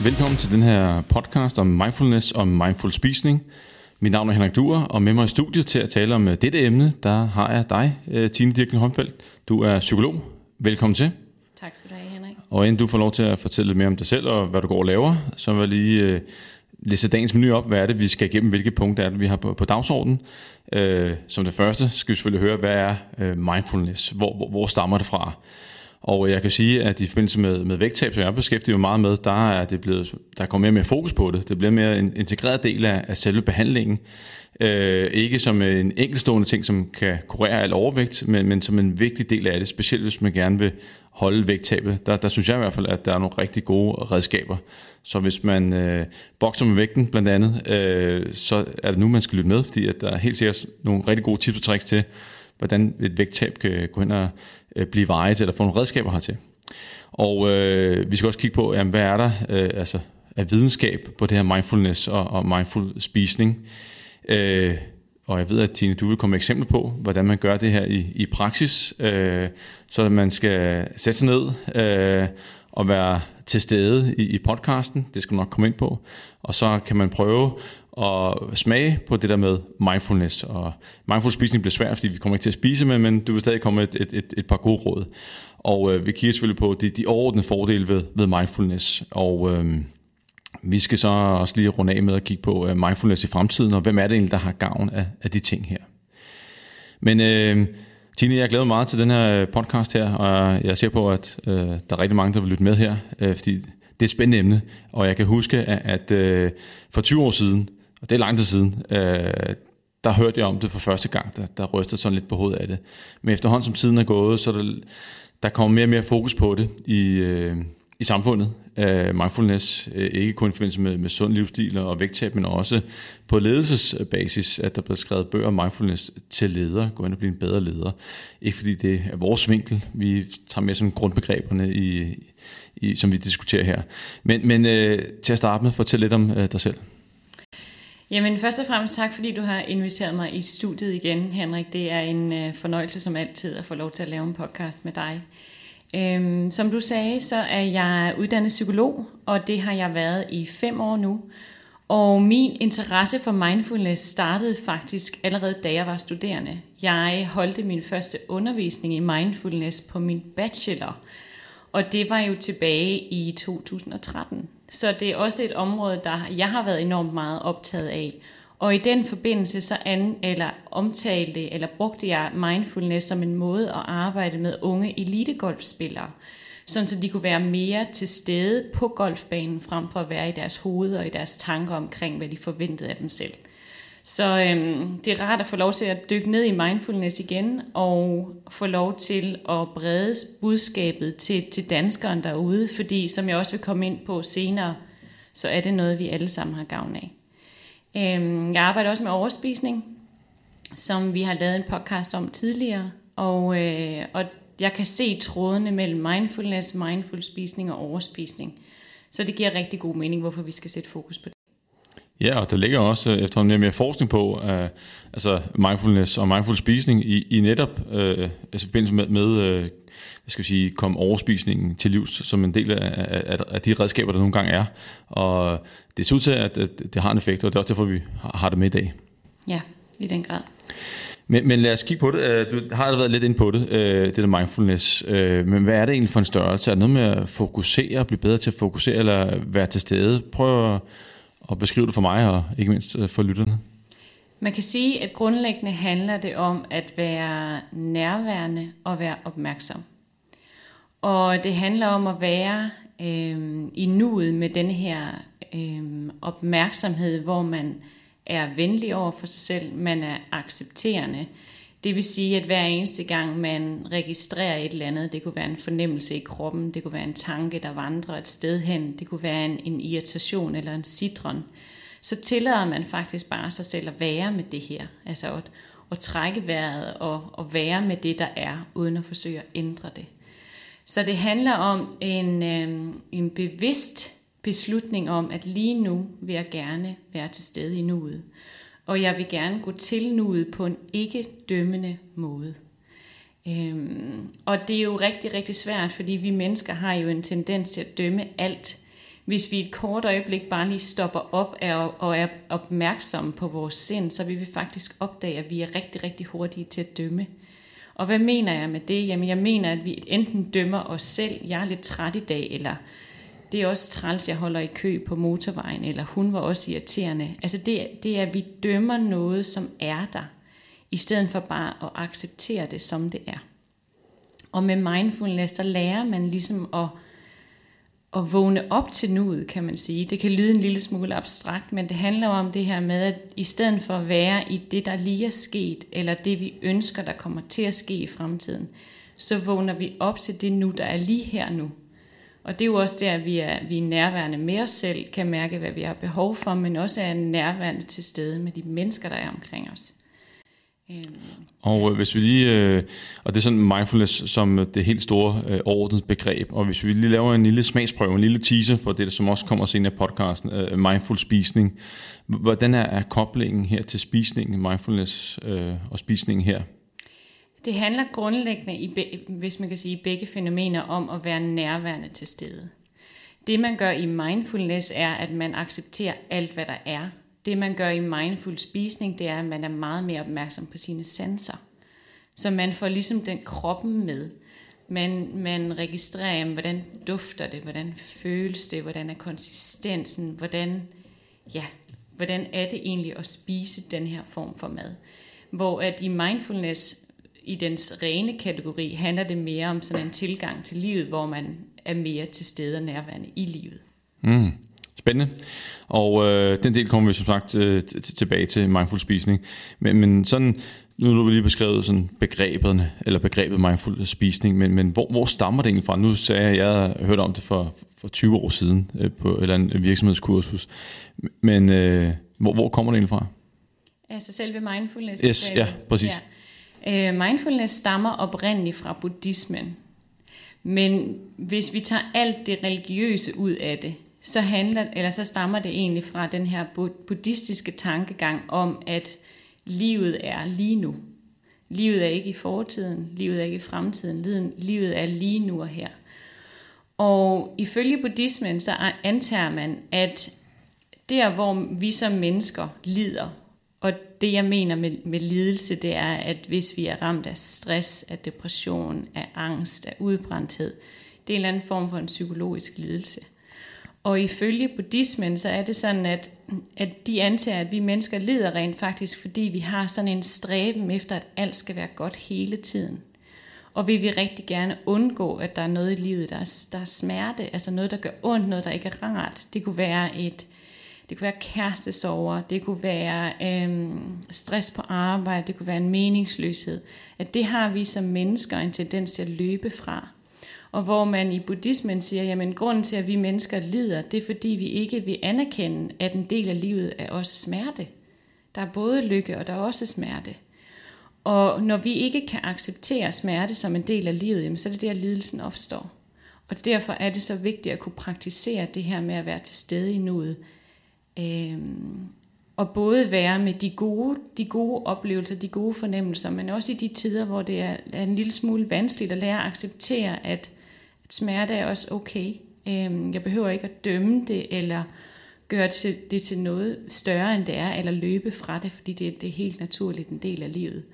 Velkommen til den her podcast om mindfulness og mindful spisning. Mit navn er Henrik Duer, og med mig i studiet til at tale om dette emne, der har jeg dig, Tine Dirkling-Holmfeldt. Du er psykolog. Velkommen til. Tak skal du have, Henrik. Og inden du får lov til at fortælle lidt mere om dig selv og hvad du går og laver, så vil jeg lige læse dagens menu op. Hvad er det, vi skal igennem? Hvilke punkter er det, vi har på dagsordenen? Som det første skal vi selvfølgelig høre, hvad er mindfulness? Hvor stammer det fra? Og jeg kan sige, at i forbindelse med vægttab, som jeg beskæftiger mig meget med, der kommer mere og mere fokus på det. Det bliver mere en integreret del af selve behandlingen. Ikke som en enkeltstående ting, som kan kurere al overvægt, men som en vigtig del af det, specielt hvis man gerne vil holde vægttabet. Der synes jeg i hvert fald, at der er nogle rigtig gode redskaber. Så hvis man bokser med vægten blandt andet, så er det nu, man skal lytte med, fordi at der er helt sikkert nogle rigtig gode tips og tricks til, hvordan et vægttab kan gå hen og blive vejet eller få nogle redskaber hertil. Og vi skal også kigge på, hvad er der af videnskab på det her mindfulness og mindful spisning. Og jeg ved, at Tine, du vil komme med eksempler på, hvordan man gør det her i praksis, så man skal sætte sig ned og være til stede i podcasten. Det skal du nok komme ind på. Og så kan man prøve at smage på det der med mindfulness. Og mindful spisning bliver svært, fordi vi kommer ikke til at spise med, men du vil stadig komme med et par gode råd. Og vi kigger selvfølgelig på de overordnede fordele ved mindfulness. Og vi skal så også lige runde af med at kigge på mindfulness i fremtiden, og hvem er det egentlig, der har gavn af de ting her. Men Tine, jeg glæder mig meget til den her podcast her, og jeg ser på, at der er rigtig mange, der vil lytte med her, fordi det er et spændende emne, og jeg kan huske, at for 20 år siden, og det er lang tid siden, der hørte jeg om det for første gang, der rystede sådan lidt på hovedet af det. Men efterhånden som tiden er gået, så der kommer mere og mere fokus på det i samfundet. Mindfulness, ikke kun i forbindelse med sund livsstil og vægttab, men også på ledelsesbasis, at der bliver skrevet bøger om mindfulness til ledere, gå ind og blive en bedre leder. Ikke fordi det er vores vinkel, vi tager med sådan grundbegreberne, som vi diskuterer her. Men til at starte med, fortæl lidt om dig selv. Jamen først og fremmest tak, fordi du har inviteret mig i studiet igen, Henrik. Det er en fornøjelse som altid at få lov til at lave en podcast med dig. Som du sagde, så er jeg uddannet psykolog, og det har jeg været i 5 år nu. Og min interesse for mindfulness startede faktisk allerede, da jeg var studerende. Jeg holdte min første undervisning i mindfulness på min bachelor, og det var jo tilbage i 2013. Så det er også et område, jeg har været enormt meget optaget af. Og i den forbindelse så brugte jeg mindfulness som en måde at arbejde med unge elitegolfspillere, sådan så de kunne være mere til stede på golfbanen, frem for at være i deres hoved og i deres tanker omkring, hvad de forventede af dem selv. Så det er rart at få lov til at dykke ned i mindfulness igen, og få lov til at brede budskabet til danskeren derude, fordi som jeg også vil komme ind på senere, så er det noget, vi alle sammen har gavn af. Jeg arbejder også med overspisning, som vi har lavet en podcast om tidligere, og jeg kan se trådene mellem mindfulness, mindful spisning og overspisning. Så det giver rigtig god mening, hvorfor vi skal sætte fokus på det. Ja, og der ligger også efterhånden mere forskning på mindfulness og mindful spisning i netop forbindelse med komme overspisningen til livs som en del af de redskaber, der nogle gange er. Og det ser ud til, at det har en effekt, og det er også derfor, vi har det med i dag. Ja, i den grad. Men lad os kigge på det. Du har været lidt inde på det der mindfulness. Men hvad er det egentlig for en størrelse? Er det noget med at fokusere, blive bedre til at fokusere, eller være til stede? Prøv at beskrive det for mig, og ikke mindst for lytterne. Man kan sige, at grundlæggende handler det om at være nærværende og være opmærksom. Og det handler om at være i nuet med den her opmærksomhed, hvor man er venlig over for sig selv, man er accepterende. Det vil sige, at hver eneste gang man registrerer et eller andet, det kunne være en fornemmelse i kroppen, det kunne være en tanke, der vandrer et sted hen, det kunne være en irritation eller en sitren, så tillader man faktisk bare sig selv at være med det her. Altså at trække vejret og være med det, der er, uden at forsøge at ændre det. Så det handler om en bevidst beslutning om, at lige nu vil jeg gerne være til stede i nuet. Og jeg vil gerne gå til nuet på en ikke dømmende måde. Og det er jo rigtig, rigtig svært, fordi vi mennesker har jo en tendens til at dømme alt. Hvis vi et kort øjeblik bare lige stopper op og er opmærksomme på vores sind, så vil vi faktisk opdage, at vi er rigtig, rigtig hurtige til at dømme. Og hvad mener jeg med det? Jamen jeg mener, at vi enten dømmer os selv, jeg er lidt træt i dag, eller det er også træls, jeg holder i kø på motorvejen, eller hun var også irriterende. Altså det er, at vi dømmer noget, som er der, i stedet for bare at acceptere det, som det er. Og med mindfulness, så lærer man ligesom at vågne op til nuet, kan man sige. Det kan lyde en lille smule abstrakt, men det handler om det her med, at i stedet for at være i det, der lige er sket, eller det vi ønsker, der kommer til at ske i fremtiden, så vågner vi op til det nu, der er lige her nu. Og det er jo også der, at vi er nærværende med os selv, kan mærke, hvad vi har behov for, men også er nærværende til stede med de mennesker, der er omkring os. Og hvis vi lige, og det er sådan mindfulness som det helt store overordnede begreb, og hvis vi lige laver en lille smagsprøve, en lille teaser for det, som også kommer senere i podcasten, mindful spisning. Hvordan er koblingen her til spisningen, mindfulness og spisningen her? Det handler grundlæggende, hvis man kan sige, begge fænomener om at være nærværende til stede. Det man gør i mindfulness er, at man accepterer alt, hvad der er. Det man gør i mindful spisning, det er, at man er meget mere opmærksom på sine sanser. Så man får ligesom den kroppen med. Man registrerer, hvordan dufter det, hvordan føles det, hvordan er konsistensen, hvordan er det egentlig at spise den her form for mad. Hvor at i mindfulness, i dens rene kategori, handler det mere om sådan en tilgang til livet, hvor man er mere til stede og nærværende i livet. Spændende. Og den del kommer vi som sagt tilbage til mindful spisning. Men sådan, nu har du lige beskrevet sådan begrebet mindful spisning, men hvor stammer det egentlig fra? Nu sagde jeg har hørt om det for 20 år siden på eller en virksomhedskursus. Men hvor kommer det egentlig fra? Altså selve mindfulness? Yes, ja, præcis. Ja. Mindfulness stammer oprindeligt fra buddhismen. Men hvis vi tager alt det religiøse ud af det, så stammer det egentlig fra den her buddhistiske tankegang om, at livet er lige nu. Livet er ikke i fortiden, livet er ikke i fremtiden, livet er lige nu og her. Og ifølge buddhismen, så antager man, at der hvor vi som mennesker lider, og det jeg mener med lidelse, det er, at hvis vi er ramt af stress, af depression, af angst, af udbrændthed, det er en eller anden form for en psykologisk lidelse. Og ifølge buddhismen, så er det sådan, at de antager, at vi mennesker lider rent faktisk, fordi vi har sådan en stræben efter, at alt skal være godt hele tiden. Og vi vil rigtig gerne undgå, at der er noget i livet, der er smerte, altså noget, der gør ondt, noget, der ikke er rart. Det kunne være kærestesorger, det kunne være stress på arbejde, det kunne være en meningsløshed. At det har vi som mennesker en tendens til at løbe fra. Og hvor man i buddhismen siger, jamen grunden til, at vi mennesker lider, det er fordi vi ikke vil anerkende, at en del af livet er også smerte. Der er både lykke, og der er også smerte. Og når vi ikke kan acceptere smerte som en del af livet, jamen, så er det der, lidelsen opstår. Og derfor er det så vigtigt at kunne praktisere det her med at være til stede i nuet. Og både være med de gode oplevelser, de gode fornemmelser, men også i de tider, hvor det er en lille smule vanskeligt at lære at acceptere, at smerte er også okay. Jeg behøver ikke at dømme det, eller gøre det til noget større, end det er, eller løbe fra det, fordi det er helt naturligt en del af livet.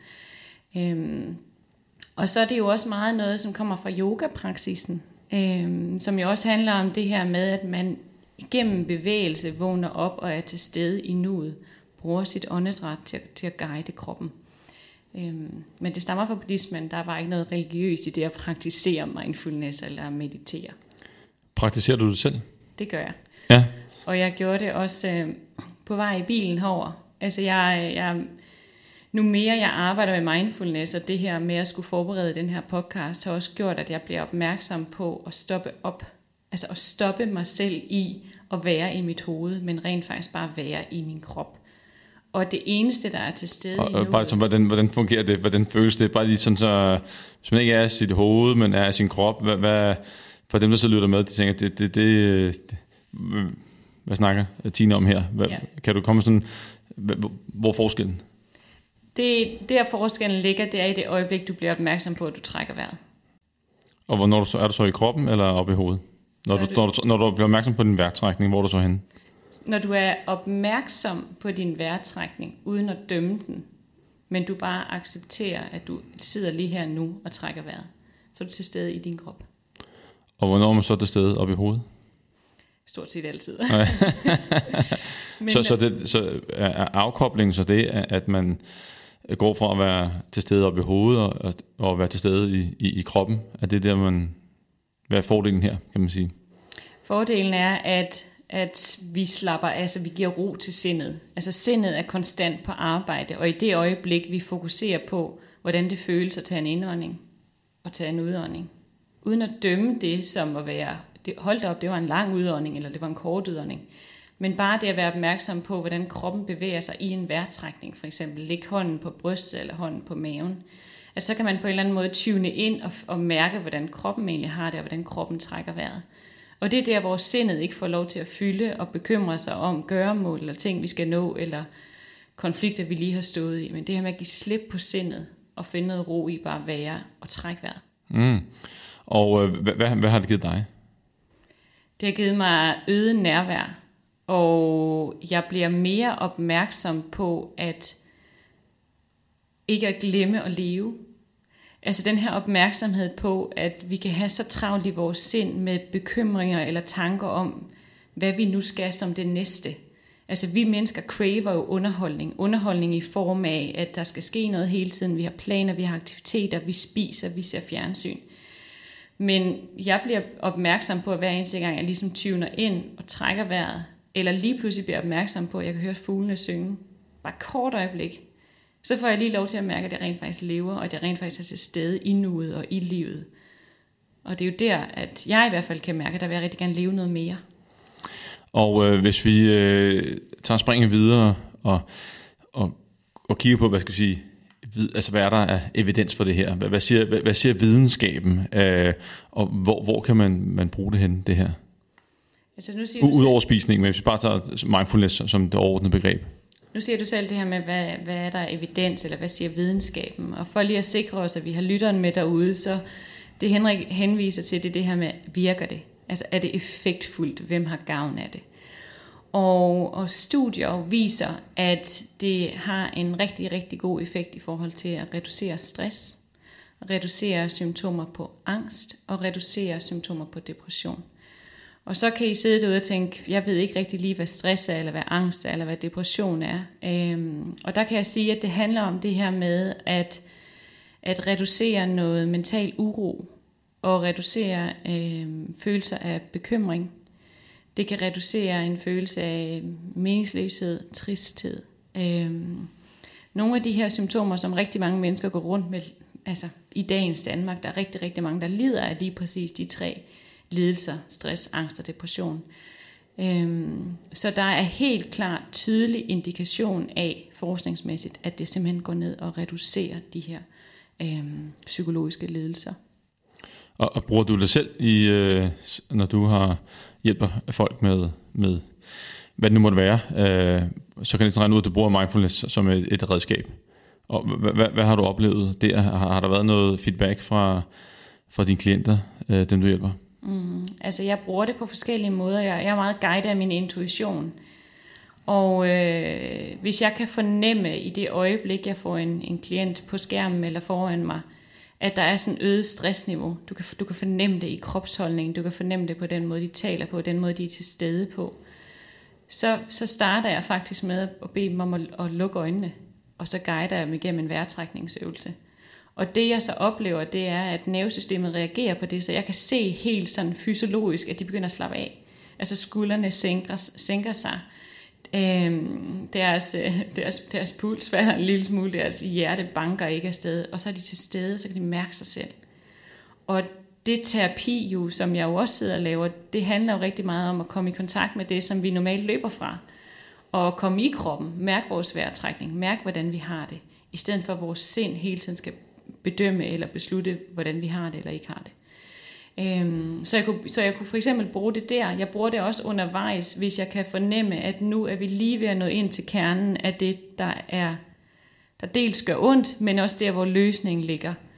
Og så er det jo også meget noget, som kommer fra yogapraksisen, som jo også handler om det her med, at man gennem bevægelse vågner op og er til stede i nuet, bruger sit åndedræt til at guide kroppen. Men det stammer fra buddhismen, der var ikke noget religiøst i det at praktisere mindfulness eller meditere. Praktiserer du det selv? Det gør jeg. Ja. Og jeg gjorde det også på vej i bilen herover. Altså nu mere jeg arbejder med mindfulness, og det her med at skulle forberede den her podcast, har også gjort, at jeg bliver opmærksom på at stoppe op. Altså at stoppe mig selv i at være i mit hoved, men rent faktisk bare være i min krop. Og det eneste, der er til stede i nuet... Bare hvordan fungerer det? Hvordan føles det? Bare lige sådan så... Hvis man ikke er i sit hoved, men er i sin krop, hvad for dem, der så lytter med, de tænker, hvad snakker Tine om her? Kan du komme sådan... Hvor er forskellen? Der forskellen ligger, det er i det øjeblik, du bliver opmærksom på, at du trækker vejret. Og hvornår er du så i kroppen, eller oppe i hovedet? Når du bliver opmærksom på din vejrtrækning, hvor er du så henne? Når du er opmærksom på din vejrtrækning, uden at dømme den, men du bare accepterer, at du sidder lige her nu og trækker vejret, så er du til stede i din krop. Og hvornår er man så til stede op i hovedet? Stort set altid. Så er afkoblingen så det, at man går fra at være til stede op i hovedet og være til stede i kroppen? Er det der, hvad er fordelen her, kan man sige? Fordelen er, at vi slapper, altså vi giver ro til sindet. Altså sindet er konstant på arbejde, og i det øjeblik, vi fokuserer på, hvordan det føles at tage en indånding og tage en udånding, uden at dømme det som at være, hold da op, det var en lang udånding, eller det var en kort udånding, men bare det at være opmærksom på, hvordan kroppen bevæger sig i en vejrtrækning, for eksempel læg hånden på brystet eller hånden på maven, at så kan man på en eller anden måde tune ind og mærke, hvordan kroppen egentlig har det, og hvordan kroppen trækker vejret. Og det er der, hvor sindet ikke får lov til at fylde og bekymre sig om gøremål eller ting, vi skal nå, eller konflikter, vi lige har stået i. Men det her med at give slip på sindet og finde noget ro i bare at være og trække vejret. Mm. Og hvad har det givet dig? Det har givet mig øget nærvær, og jeg bliver mere opmærksom på at ikke at glemme at leve. Altså den her opmærksomhed på, at vi kan have så travlt i vores sind med bekymringer eller tanker om, hvad vi nu skal som det næste. Altså vi mennesker craver jo underholdning. Underholdning i form af, at der skal ske noget hele tiden. Vi har planer, vi har aktiviteter, vi spiser, vi ser fjernsyn. Men jeg bliver opmærksom på, at hver eneste gang jeg ligesom tuner ind og trækker vejret, eller lige pludselig bliver opmærksom på, at jeg kan høre fuglene synge. Bare et kort øjeblik. Så får jeg lige lov til at mærke, at jeg rent faktisk lever, og at jeg rent faktisk er til stede i nuet og i livet. Og det er jo der, at jeg i hvert fald kan mærke, at der vil jeg rigtig gerne leve noget mere. Og hvis vi tager springet videre og kigger på, hvad skal vi sige, altså hvad er der af evidens for det her? Hvad siger videnskaben? Og hvor kan man bruge det hen, det her? Altså, nu siger Udover spisning, men hvis vi bare tager mindfulness som det overordnede begreb. Nu siger du selv det her med, hvad er der evidens, eller hvad siger videnskaben? Og for lige at sikre os, at vi har lytteren med derude, så det Henrik henviser til, det er det her med, virker det? Altså er det effektfuldt? Hvem har gavn af det? Og studier viser, at det har en rigtig, rigtig god effekt i forhold til at reducere stress, reducere symptomer på angst og reducere symptomer på depression. Og så kan I sidde derude og tænke, jeg ved ikke rigtig lige, hvad stress er, eller hvad angst er, eller hvad depression er. Og der kan jeg sige, at det handler om det her med at reducere noget mental uro, og reducere følelser af bekymring. Det kan reducere en følelse af meningsløshed, tristhed. Nogle af de her symptomer, som rigtig mange mennesker går rundt med, altså i dagens Danmark, der er rigtig, rigtig mange, der lider af lige præcis de 3 lidelser, stress, angst og depression. Så der er helt klart tydelig indikation af forskningsmæssigt, at det simpelthen går ned og reducerer de her psykologiske lidelser. Og bruger du det selv, når du hjælper folk med hvad det nu måtte være, så kan det regne ud, at du bruger mindfulness som et redskab. Og hvad har du oplevet der? Har der været noget feedback fra dine klienter, dem du hjælper? Altså jeg bruger det på forskellige måder. Jeg er meget guidet af min intuition. Og hvis jeg kan fornemme i det øjeblik, jeg får en klient på skærmen eller foran mig, at der er sådan et øget stressniveau. Du kan fornemme det i kropsholdningen, du kan fornemme det på den måde, de taler på, den måde, de er til stede på. Så starter jeg faktisk med at bede dem om at lukke øjnene, og så guider jeg dem igennem en vejrtrækningsøvelse. Og det jeg så oplever, det er, at nervesystemet reagerer på det, så jeg kan se helt sådan fysiologisk, at de begynder at slappe af. Altså skuldrene sænker sig. Deres puls falder en lille smule, deres hjerte banker ikke afsted, og så er de til stede, så kan de mærke sig selv. Og det terapi, jo, som jeg jo også sidder og laver, det handler jo rigtig meget om at komme i kontakt med det, som vi normalt løber fra. Og komme i kroppen, mærke vores vejrtrækning, mærke hvordan vi har det, i stedet for at vores sind hele tiden skal bedømme eller beslutte, hvordan vi har det eller ikke har det. Så jeg kunne for eksempel bruge det der. Jeg bruger det også undervejs, hvis jeg kan fornemme, at nu er vi lige ved at nå ind til kernen af det, der dels gør ondt, men også der, hvor løsningen ligger.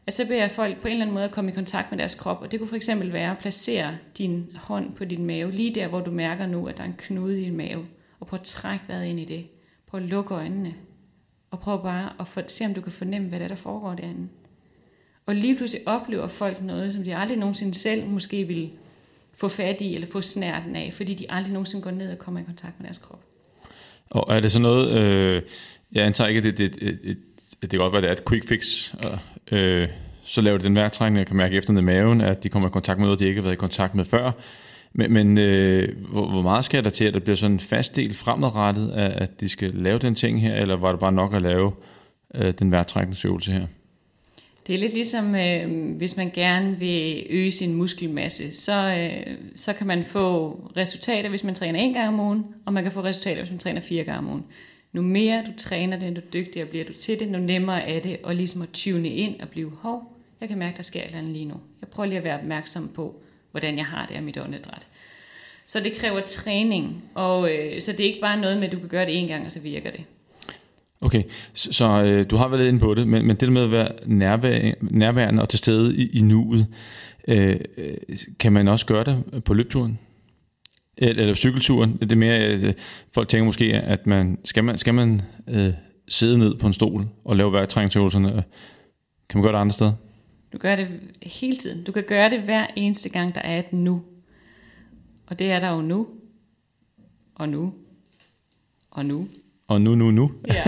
at så beder jeg folk på en eller anden måde at komme i kontakt med deres krop, og det kunne for eksempel være at placere din hånd på din mave, lige der, hvor du mærker nu, at der er en knude i din mave, og prøv at trække vejret ind i det. Prøv at lukke øjnene, og prøv bare at se, om du kan fornemme, hvad der foregår derinde. Og lige pludselig oplever folk noget, som de aldrig nogensinde selv måske ville få fat i, eller få snærten af, fordi de aldrig nogensinde går ned og kommer i kontakt med deres krop. Og er det så noget, jeg antager ikke, at det kan godt være, det er et quick fix, så laver det den vejrtrækning, jeg kan mærke efter ned i maven, at de kommer i kontakt med noget, de ikke har været i kontakt med før. Men hvor meget skal der til, at der bliver sådan en fast del fremadrettet, at de skal lave den ting her, eller var det bare nok at lave den vejrtrækningsøvelse her? Det er lidt ligesom, hvis man gerne vil øge sin muskelmasse, så kan man få resultater, hvis man træner 1 gang om ugen, og man kan få resultater, hvis man træner 4 gange om ugen. Nu mere du træner det, nu dygtigere bliver du til det, nu nemmere er det at ligesom at tune ind og blive jeg kan mærke, der sker et eller andet lige nu. Jeg prøver lige at være opmærksom på, hvordan jeg har det af mit åndedræt. Så det kræver træning, og så det er ikke bare noget med, at du kan gøre det 1 gang, og så virker det. Okay, så du har været lidt inde på det, men det der med at være nærværende og til stede i nuet, kan man også gøre det på løbeturen? Eller cykelturen? Det er mere, folk tænker måske, at man skal sidde ned på en stol og lave vejrtrækningsøvelserne. Kan man gøre det andre steder? Du gør det hele tiden. Du kan gøre det hver eneste gang, der er et nu. Og det er der jo nu. Og nu. Og nu. Og nu. Ja.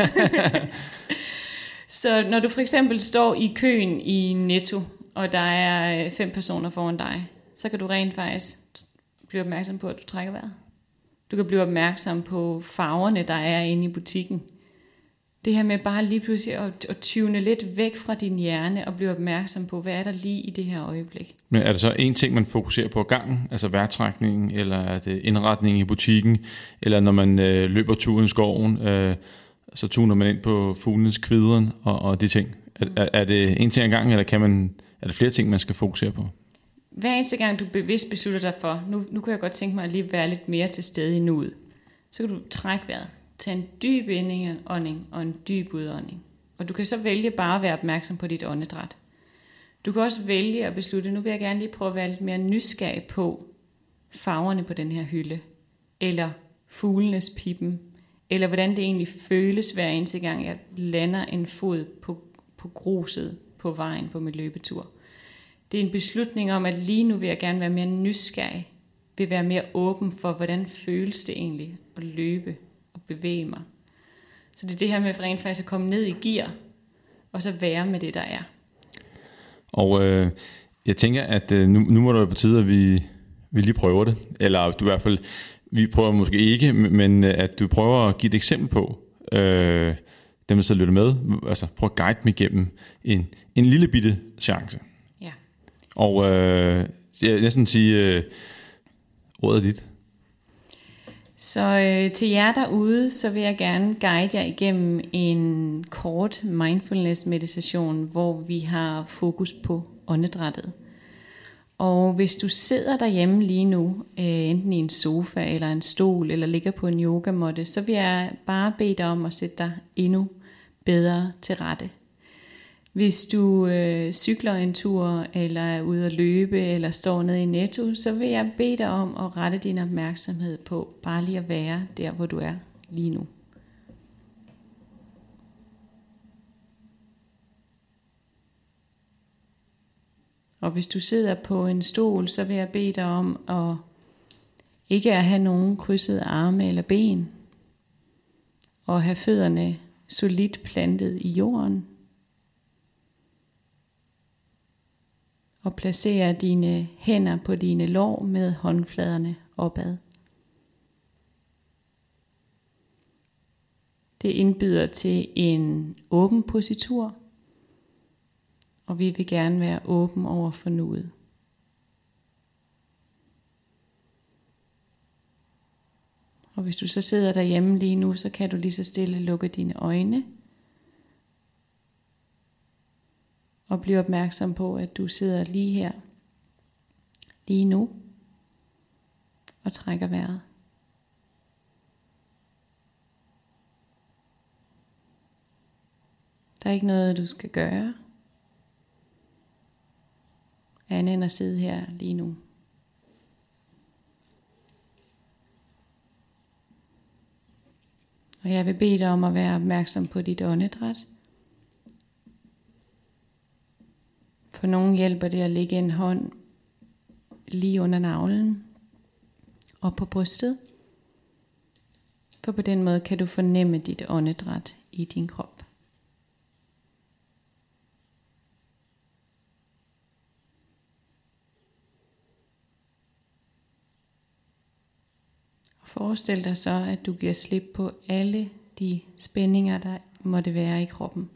Så når du for eksempel står i køen i Netto, og der er 5 personer foran dig, så kan du rent faktisk blive opmærksom på, at du trækker vejret. Du kan blive opmærksom på farverne, der er inde i butikken. Det her med bare lige pludselig at tune lidt væk fra din hjerne og blive opmærksom på, hvad er der lige i det her øjeblik. Men er det så en ting, man fokuserer på gangen, altså vejrtrækningen, eller er det indretningen i butikken, eller når man løber turen i skoven, så tuner man ind på fuglenes kvidren og de ting? Er det en ting ad gangen, eller er det flere ting, man skal fokusere på? Hver eneste gang du bevidst beslutter dig for, nu kan jeg godt tænke mig at lige være lidt mere til stede i nuet, så kan du trække vejret. Tag en dyb indånding og en dyb udånding. Og du kan så vælge bare at være opmærksom på dit åndedræt. Du kan også vælge at beslutte, nu vil jeg gerne lige prøve at være lidt mere nysgerrig på farverne på den her hylde, eller fuglenes pippen, eller hvordan det egentlig føles hver eneste gang, jeg lander en fod på gruset på vejen på min løbetur. Det er en beslutning om, at lige nu vil jeg gerne være mere nysgerrig, vil være mere åben for, hvordan føles det egentlig at løbe og bevæge mig. Så det er det her med rent faktisk at komme ned i gear, og så være med det, der er. Og jeg tænker, at nu må det være på tide, at vi lige prøver det. Eller du i hvert fald, vi prøver måske ikke, men at du prøver at give et eksempel på, dem der sidder og lytter med, altså prøv at guide mig igennem en lille bitte seance. Ja. Og jeg vil næsten sige, ordet er dit. Så til jer derude, så vil jeg gerne guide jer igennem en kort mindfulness meditation, hvor vi har fokus på åndedrættet. Og hvis du sidder derhjemme lige nu, enten i en sofa eller en stol, eller ligger på en yogamåtte, så vil jeg bare bede dig om at sætte dig endnu bedre til rette. Hvis du cykler en tur, eller er ude at løbe, eller står nede i Netto, så vil jeg bede dig om at rette din opmærksomhed på bare lige at være der, hvor du er lige nu. Og hvis du sidder på en stol, så vil jeg bede dig om at ikke at have nogen krydsede arme eller ben, og have fødderne solidt plantet i jorden. Og placere dine hænder på dine lår med håndfladerne opad. Det indbyder til en åben positur, og vi vil gerne være åben over for nuet. Og hvis du så sidder derhjemme lige nu, så kan du lige så stille lukke dine øjne. Og blive opmærksom på, at du sidder lige her, lige nu, og trækker vejret. Der er ikke noget, du skal gøre. andet end at sidde her lige nu. Og jeg vil bede dig om at være opmærksom på dit åndedræt. For nogen hjælper det at lægge en hånd lige under navlen og på brystet. For på den måde kan du fornemme dit åndedræt i din krop. Og forestil dig så, at du giver slip på alle de spændinger, der måtte være i kroppen.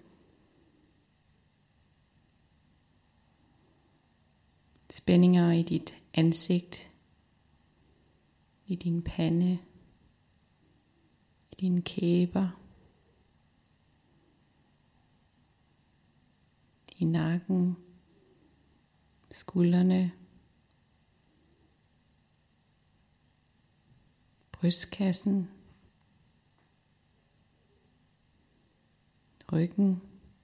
Spændinger i dit ansigt, i din pande, i dine kæber, i nakken, skuldrene, brystkassen, ryggen.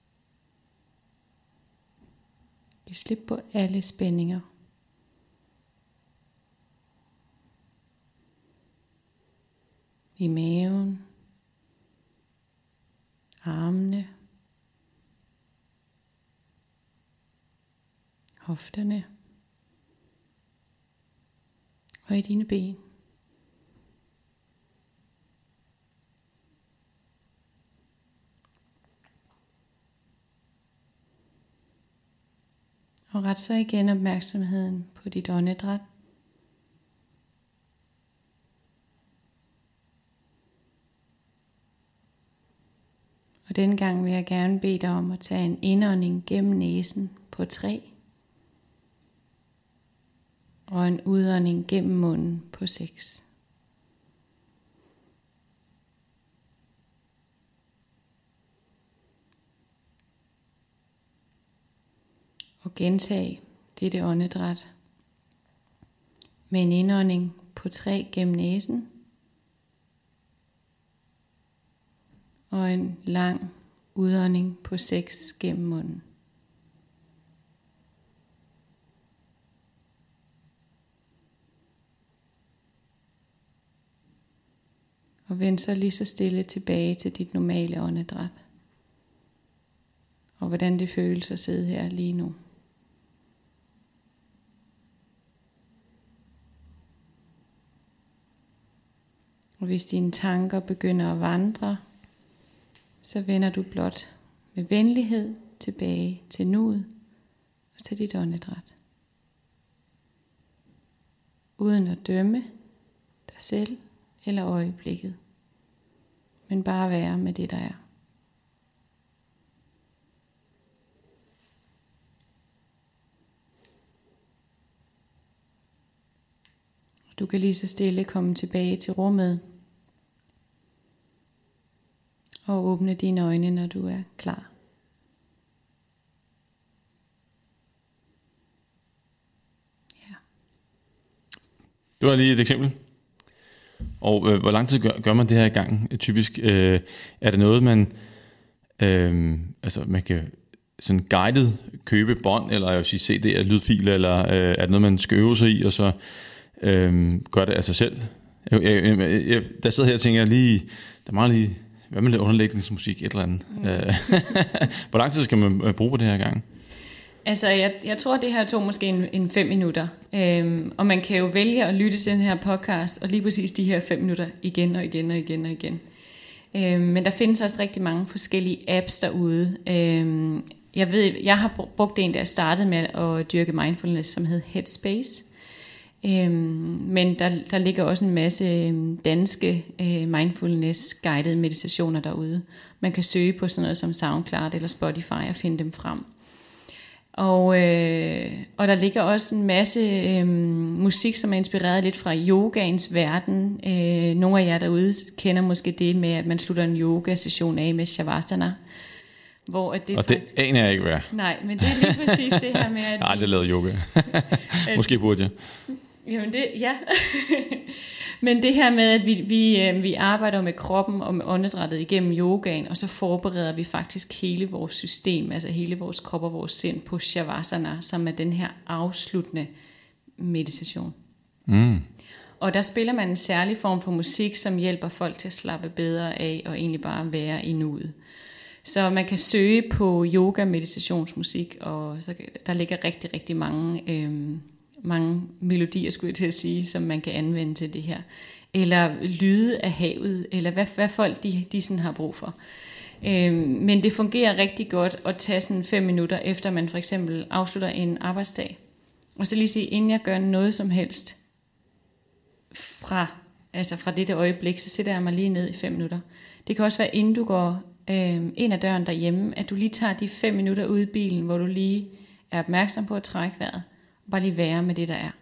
Giv slip på alle spændinger. I maven, armene, hofterne og i dine ben. Og ret så igen opmærksomheden på dit åndedræt. Og denne gang vil jeg gerne bede dig om at tage en indånding gennem næsen på 3. Og en udånding gennem munden på 6. Og gentag dette åndedræt med en indånding på 3 gennem næsen. Og en lang udånding på 6 gennem munden. Og vend så lige så stille tilbage til dit normale åndedræt. Og hvordan det føles at sidde her lige nu. Og hvis dine tanker begynder at vandre, så vender du blot med venlighed tilbage til nuet og til dit åndedræt. Uden at dømme dig selv eller øjeblikket, men bare være med det, der er. Du kan lige så stille komme tilbage til rummet og åbne dine øjne, når du er klar. Ja. Det var lige et eksempel. Og hvor lang tid gør man det her i gang? Typisk er det noget, man man kan sådan guided købe bånd, eller jeg vil sige CD'er, lydfiler, eller er det noget, man skal øve sig i, og så gør det af sig selv? Der sidder her og tænker lige, der mangler lige, hvad med lidt underlægningsmusik, et eller andet. Hvor lang tid skal man bruge på det her gang? Altså, jeg tror, det her tog måske en 5 minutter. Og man kan jo vælge at lytte til den her podcast, og lige præcis de her 5 minutter igen og igen og igen og igen. Men der findes også rigtig mange forskellige apps derude. Jeg har brugt en, der startede med at dyrke mindfulness, som hed Headspace. Men der ligger også en masse danske mindfulness-guidede meditationer derude. Man kan søge på sådan noget som SoundCloud eller Spotify og finde dem frem. Og der ligger også en masse musik, som er inspireret lidt fra yogaens verden. Nogle af jer derude kender måske det med, at man slutter en yoga-session af med Shavasana. Hvor at det og det aner jeg ikke, hvad. Nej, men det er lige præcis det her med, at jeg har aldrig lavet yoga. Måske burde jeg. Jamen det, ja. Men det her med, at vi arbejder med kroppen og med åndedrættet igennem yogaen, og så forbereder vi faktisk hele vores system, altså hele vores krop og vores sind på Shavasana, som er den her afsluttende meditation. Og der spiller man en særlig form for musik, som hjælper folk til at slappe bedre af og egentlig bare være i nuet. Så man kan søge på yoga meditationsmusik, og så der ligger rigtig, rigtig mange melodier, skulle jeg til at sige, som man kan anvende til det her. Eller lyde af havet, eller hvad folk de sådan har brug for. Men det fungerer rigtig godt at tage sådan 5 minutter, efter man for eksempel afslutter en arbejdsdag. Og så lige sige, inden jeg gør noget som helst fra dette øjeblik, så sætter jeg mig lige ned i 5 minutter. Det kan også være, inden du går ind ad døren derhjemme, at du lige tager de 5 minutter ude i bilen, hvor du lige er opmærksom på at trække vejret. Bare lige være med det, der er.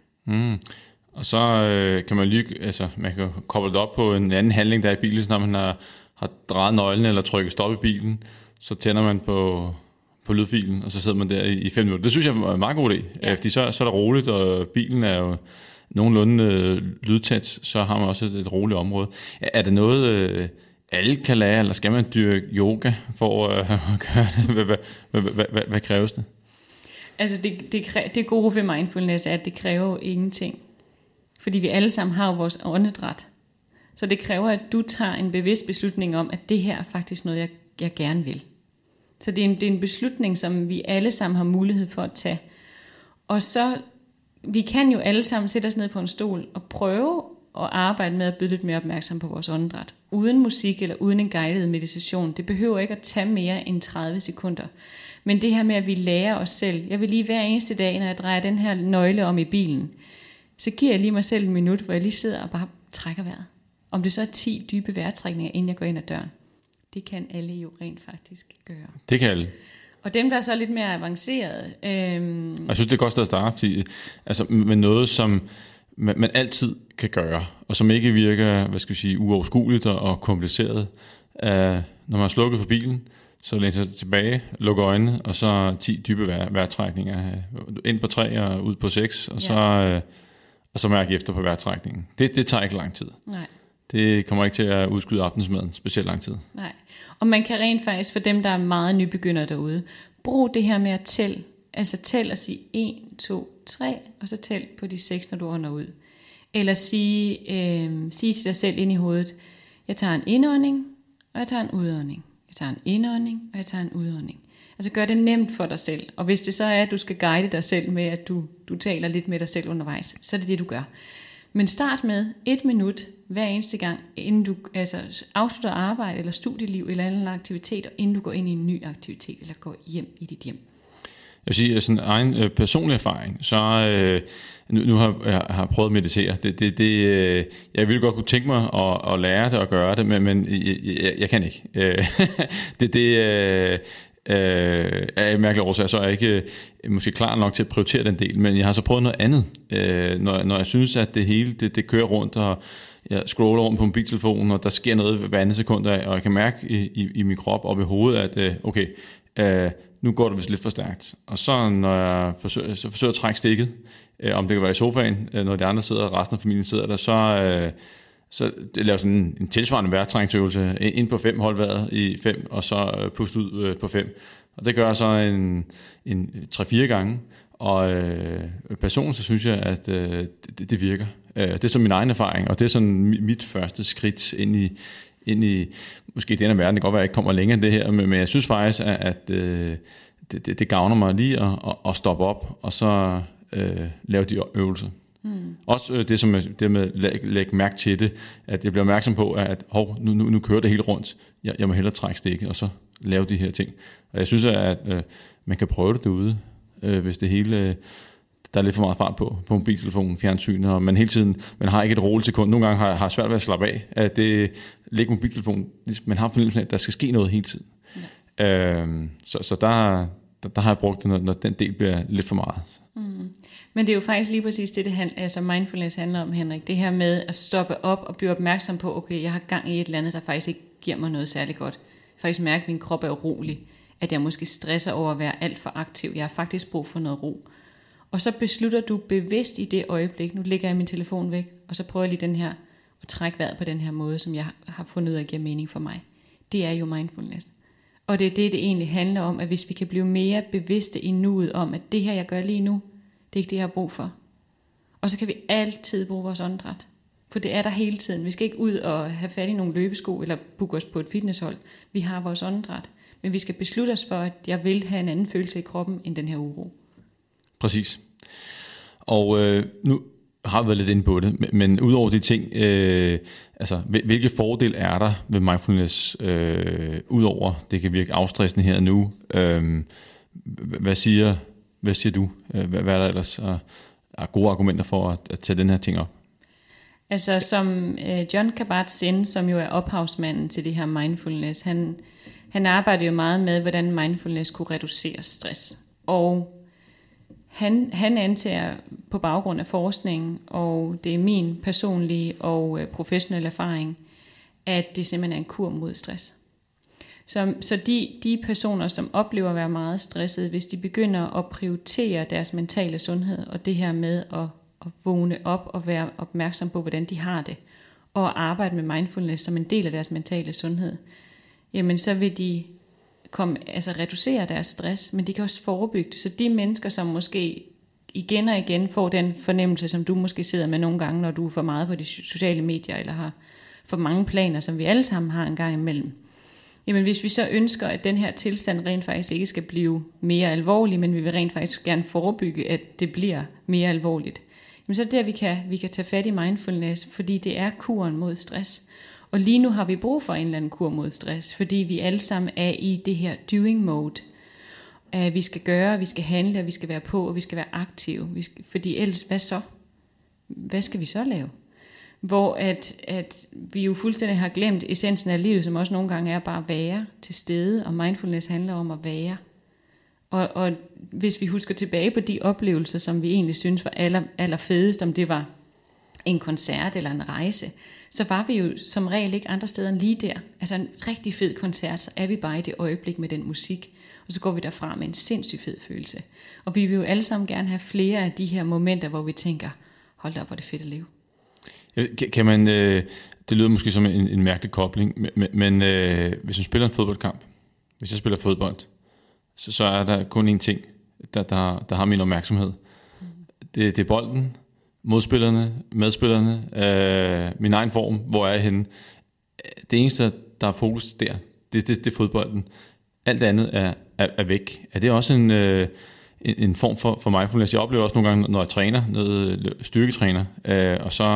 Og så kan man lige, man kan koble det op på en anden handling, der er i bilen, når man har drejet nøglen eller trykket stop i bilen, så tænder man på lydfilen, og så sidder man der i 5 minutter. Det synes jeg er en meget god idé, fordi så er det roligt, og bilen er jo nogenlunde lydtæt, så har man også et roligt område. Er det noget, alle kan lære, eller skal man dyrke yoga for at gøre det? Hvad kræves det? Altså det gode ved mindfulness er, at det kræver ingenting. Fordi vi alle sammen har jo vores åndedræt. Så det kræver, at du tager en bevidst beslutning om, at det her er faktisk noget, jeg gerne vil. Så det er en beslutning, som vi alle sammen har mulighed for at tage. Og så, vi kan jo alle sammen sætte os ned på en stol og prøve at arbejde med at blive lidt mere opmærksom på vores åndedræt. Uden musik eller uden en guided meditation. Det behøver ikke at tage mere end 30 sekunder. Men det her med, at vi lærer os selv. Jeg vil lige hver eneste dag, når jeg drejer den her nøgle om i bilen, så giver jeg lige mig selv 1 minut, hvor jeg lige sidder og bare trækker vejret. Om det så er 10 dybe vejrtrækninger, inden jeg går ind ad døren. Det kan alle jo rent faktisk gøre. Det kan alle. Og dem, der er så lidt mere avancerede... Jeg synes, det er godt sted at starte, fordi, med noget, som man altid kan gøre, og som ikke virker, uoverskueligt og kompliceret. Når man har slukket for bilen, så læner sig tilbage, lukker øjnene, og så 10 dybe vejrtrækninger. Ind på 3 og ud på 6, og så mærke efter på vejrtrækningen. Det tager ikke lang tid. Nej. Det kommer ikke til at udskyde aftensmaden specielt lang tid. Nej. Og man kan rent faktisk, for dem, der er meget nybegyndere derude, bruge det her med at tælle. Altså tæl og sige 1, 2, 3, og så tæl på de 6, når du ånder ud. Eller sige til dig selv ind i hovedet, jeg tager en indånding, og jeg tager en udånding. Jeg tager en indånding, og jeg tager en udånding. Altså gør det nemt for dig selv. Og hvis det så er, at du skal guide dig selv med, at du taler lidt med dig selv undervejs, så er det det, du gør. Men start med 1 minut hver eneste gang, inden du afslutter arbejde, eller studieliv, eller en anden aktivitet, og inden du går ind i en ny aktivitet, eller går hjem i dit hjem. Jeg vil sige, sådan egen personlig erfaring, så nu har jeg prøvet at meditere. Jeg ville godt kunne tænke mig at lære det og gøre det, men jeg kan ikke. Det er en mærkelig årsag, så er jeg ikke måske klar nok til at prioritere den del, men jeg har så prøvet noget andet. Når jeg synes, at det hele det kører rundt, og jeg scroller rundt på mobiltelefonen, og der sker noget hver andet sekund, og jeg kan mærke i min krop og ved hovedet, at nu går det vist lidt for stærkt. Og så når jeg forsøger at trække stikket, om det kan være i sofaen, når de andre sidder, og resten af familien sidder der, så det laver sådan en tilsvarende vejrtrækningsøvelse. Ind på 5, hold vejret i 5, og så pust ud på 5. Og det gør jeg så en 3-4 gange. Og personligt så synes jeg, at det virker. Det er så min egen erfaring, og det er sådan mit første skridt ind i måske den her verden. Det kan godt være, at jeg ikke kommer længere end det her, men jeg synes faktisk, at det gavner mig lige at stoppe op, og så lave de øvelser. Også det med at lægge mærke til det, at jeg bliver opmærksom på, at nu kører det helt rundt. Jeg må hellere trække stikket, og så lave de her ting. Og jeg synes, at man kan prøve det derude, hvis det hele... Der er lidt for meget fart på mobiltelefonen, fjernsynet, og man hele tiden, man har ikke et roligt sekund. Nogle gange har jeg svært ved at slappe af, at det ligger mobiltelefonen, man har fornemmelsen af, at der skal ske noget hele tiden. Ja. Så der har jeg brugt det, når den del bliver lidt for meget. Men det er jo faktisk lige præcis det mindfulness handler om, Henrik. Det her med at stoppe op og blive opmærksom på, okay, jeg har gang i et eller andet, der faktisk ikke giver mig noget særligt godt. Faktisk mærke, at min krop er urolig, at jeg måske stresser over at være alt for aktiv. Jeg har faktisk brug for noget ro. Og så beslutter du bevidst i det øjeblik, nu lægger jeg min telefon væk, og så prøver jeg lige den her og trække vejret på den her måde, som jeg har fundet ud af giver mening for mig. Det er jo mindfulness. Og det er det egentlig handler om, at hvis vi kan blive mere bevidste i nuet om, at det her, jeg gør lige nu, det er ikke det, jeg har brug for. Og så kan vi altid bruge vores åndedræt. For det er der hele tiden. Vi skal ikke ud og have fat i nogle løbesko, eller booke os på et fitnesshold. Vi har vores åndedræt. Men vi skal beslutte os for, at jeg vil have en anden følelse i kroppen, end den her uro. Præcis. Og nu har vi været lidt inde på det, men udover de ting, altså hvilke fordele er der ved mindfulness, udover det kan virke afstressende her nu? Hvad siger du? Hvad er der ellers er gode argumenter for at tage den her ting op? Altså som Jon Kabat-Zinn, som jo er ophavsmanden til det her mindfulness, han arbejder jo meget med, hvordan mindfulness kunne reducere stress. Og han antager på baggrund af forskning, og det er min personlige og professionelle erfaring, at det simpelthen er en kur mod stress. Så de personer, som oplever at være meget stressede, hvis de begynder at prioritere deres mentale sundhed, og det her med at vågne op og være opmærksom på, hvordan de har det, og arbejde med mindfulness som en del af deres mentale sundhed, jamen så vil de reducere deres stress, men de kan også forebygge det. Så de mennesker, som måske igen og igen får den fornemmelse, som du måske sidder med nogle gange, når du er for meget på de sociale medier, eller har for mange planer, som vi alle sammen har en gang imellem. Jamen hvis vi så ønsker, at den her tilstand rent faktisk ikke skal blive mere alvorlig, men vi vil rent faktisk gerne forebygge, at det bliver mere alvorligt, jamen så er det der, vi kan tage fat i mindfulness, fordi det er kuren mod stress. Og lige nu har vi brug for en eller anden kur mod stress, fordi vi alle sammen er i det her doing mode. Vi skal gøre, vi skal handle, vi skal være på, og vi skal være aktive. Fordi ellers, hvad så? Hvad skal vi så lave? Hvor at vi jo fuldstændig har glemt essensen af livet, som også nogle gange er bare at være til stede, og mindfulness handler om at være. Og hvis vi husker tilbage på de oplevelser, som vi egentlig synes var allerfedest, om det var en koncert eller en rejse, så var vi jo som regel ikke andre steder end lige der. Altså en rigtig fed koncert, så er vi bare i det øjeblik med den musik, og så går vi derfra med en sindssygt fed følelse. Og vi vil jo alle sammen gerne have flere af de her momenter, hvor vi tænker, hold da op, hvor det fedt at leve. Kan man, det lyder måske som en mærkelig kobling, men hvis du spiller en fodboldkamp, hvis jeg spiller fodbold, så er der kun én ting, der har min opmærksomhed. Det er bolden, modspillerne, medspillerne, min egen form, hvor er jeg henne. Det eneste, der er fokus der, det er fodbolden. Alt andet er væk. Er det også en form for mindfulness? Jeg oplever også nogle gange, når jeg træner, noget styrketræner, og så,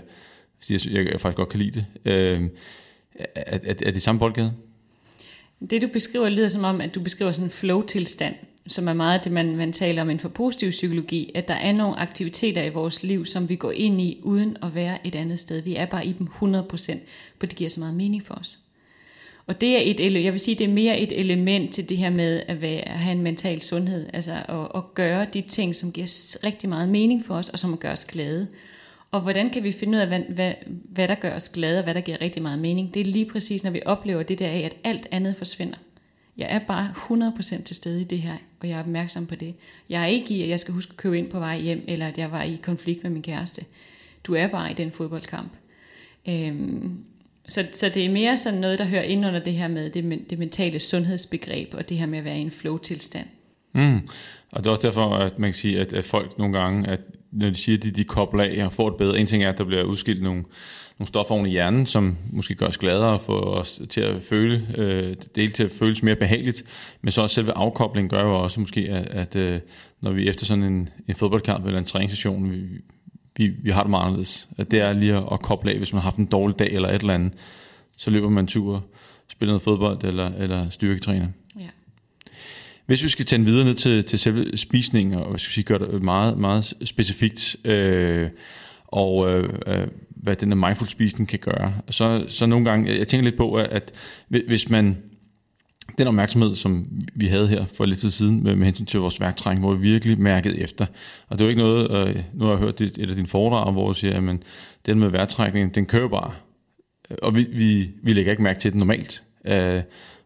jeg faktisk godt kan lide det, er det samme boldgade? Det du beskriver lyder som om, at du beskriver sådan en flow-tilstand, som er meget det, man taler om inden for positiv psykologi, at der er nogle aktiviteter i vores liv, som vi går ind i, uden at være et andet sted. Vi er bare i dem 100%, for det giver så meget mening for os. Og det er jeg vil sige, det er mere et element til det her med at have en mental sundhed, altså at gøre de ting, som giver rigtig meget mening for os, og som gør os glade. Og hvordan kan vi finde ud af, hvad der gør os glade, og hvad der giver rigtig meget mening? Det er lige præcis, når vi oplever det der af, at alt andet forsvinder. Jeg er bare 100% til stede i det her, og jeg er opmærksom på det. Jeg er ikke i, at jeg skal huske at købe ind på vej hjem, eller at jeg var i konflikt med min kæreste. Du er bare i den fodboldkamp. Så det er mere sådan noget, der hører ind under det her med det mentale sundhedsbegreb, og det her med at være i en flow-tilstand. Og det er også derfor, at man kan sige, at folk nogle gange, at når de siger, at de kobler af og får det bedre, en ting er, at der bliver udskilt nogle stoffer oven i hjernen, som måske gør os gladere og får os til at føle, det til at føles mere behageligt, men så også selve afkoblingen gør jo også måske, at når vi efter sådan en fodboldkamp eller en træningssession, vi har det meget anderledes. At det er lige at koble af, hvis man har haft en dårlig dag eller et eller andet, så løber man tur, spiller noget fodbold eller styrketræner. Ja. Hvis vi skal tage den videre ned til selve spisningen, og hvis vi skal gøre det meget, meget specifikt, hvad den her mindful spisning kan gøre, så nogle gange, jeg tænker lidt på, at hvis man, den opmærksomhed, som vi havde her for lidt tid siden med hensyn til vores værktrækning, hvor vi virkelig mærkede efter, og det er jo ikke noget, nu har jeg hørt et af dine foredrag, hvor du siger, at den med værktrækningen, den kører bare, og vi lægger ikke mærke til det normalt,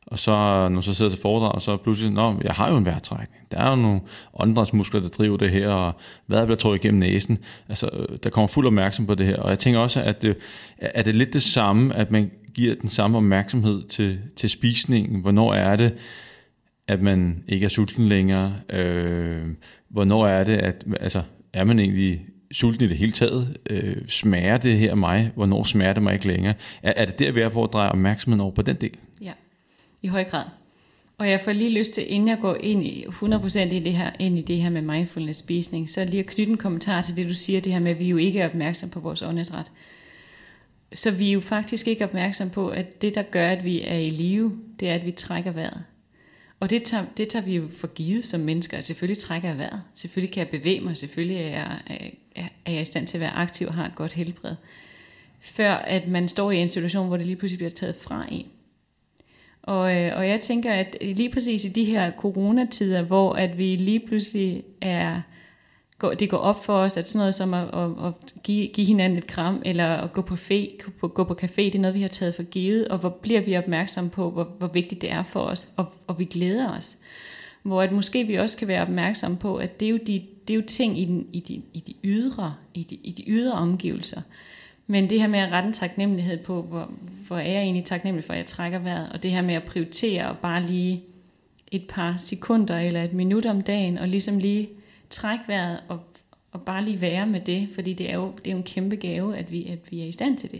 Og så, når man så sidder til foredrag, og så pludselig, jeg har jo en vejrtrækning. Der er jo nogle åndedrætsmuskler, der driver det her, og vejret bliver trukket igennem næsen. Altså, der kommer fuld opmærksomhed på det her. Og jeg tænker også, at det er lidt det samme, at man giver den samme opmærksomhed til spisningen. Hvornår er det, at man ikke er sulten længere? Hvornår er det, at er man egentlig sulten i det hele taget? Smager det her mig? Hvornår smager det mig ikke længere? Er det der, vi er for at dreje opmærksomheden over på den del? Ja, i høj grad. Og jeg får lige lyst til, inden jeg går ind i 100% ind i det her med mindfulness spisning, så lige at knytte en kommentar til det, du siger, det her med, at vi jo ikke er opmærksom på vores åndedræt. Så vi er jo faktisk ikke opmærksom på, at det, der gør, at vi er i live, det er, at vi trækker vejret. Og det tager vi jo for givet som mennesker. Selvfølgelig trækker jeg vejret. Selvfølgelig kan jeg bevæge mig. Selvfølgelig er jeg i stand til at være aktiv og har et godt helbred. Før at man står i en situation, hvor det lige pludselig bliver taget fra en. Og jeg tænker, at lige præcis i de her coronatider, hvor at vi lige pludselig det går op for os, at sådan noget som at give hinanden et kram, eller at gå på café, det er noget, vi har taget for givet, og hvor bliver vi opmærksomme på, hvor vigtigt det er for os, og vi glæder os. Hvor at måske vi også kan være opmærksomme på, at det er jo ting i de ydre omgivelser. Men det her med at rette en taknemmelighed på, hvor er jeg egentlig taknemmelig for, at jeg trækker vejret, og det her med at prioritere og bare lige et par sekunder eller et minut om dagen, og ligesom lige trække vejret og bare lige være med det, fordi det er jo en kæmpe gave, at vi er i stand til det.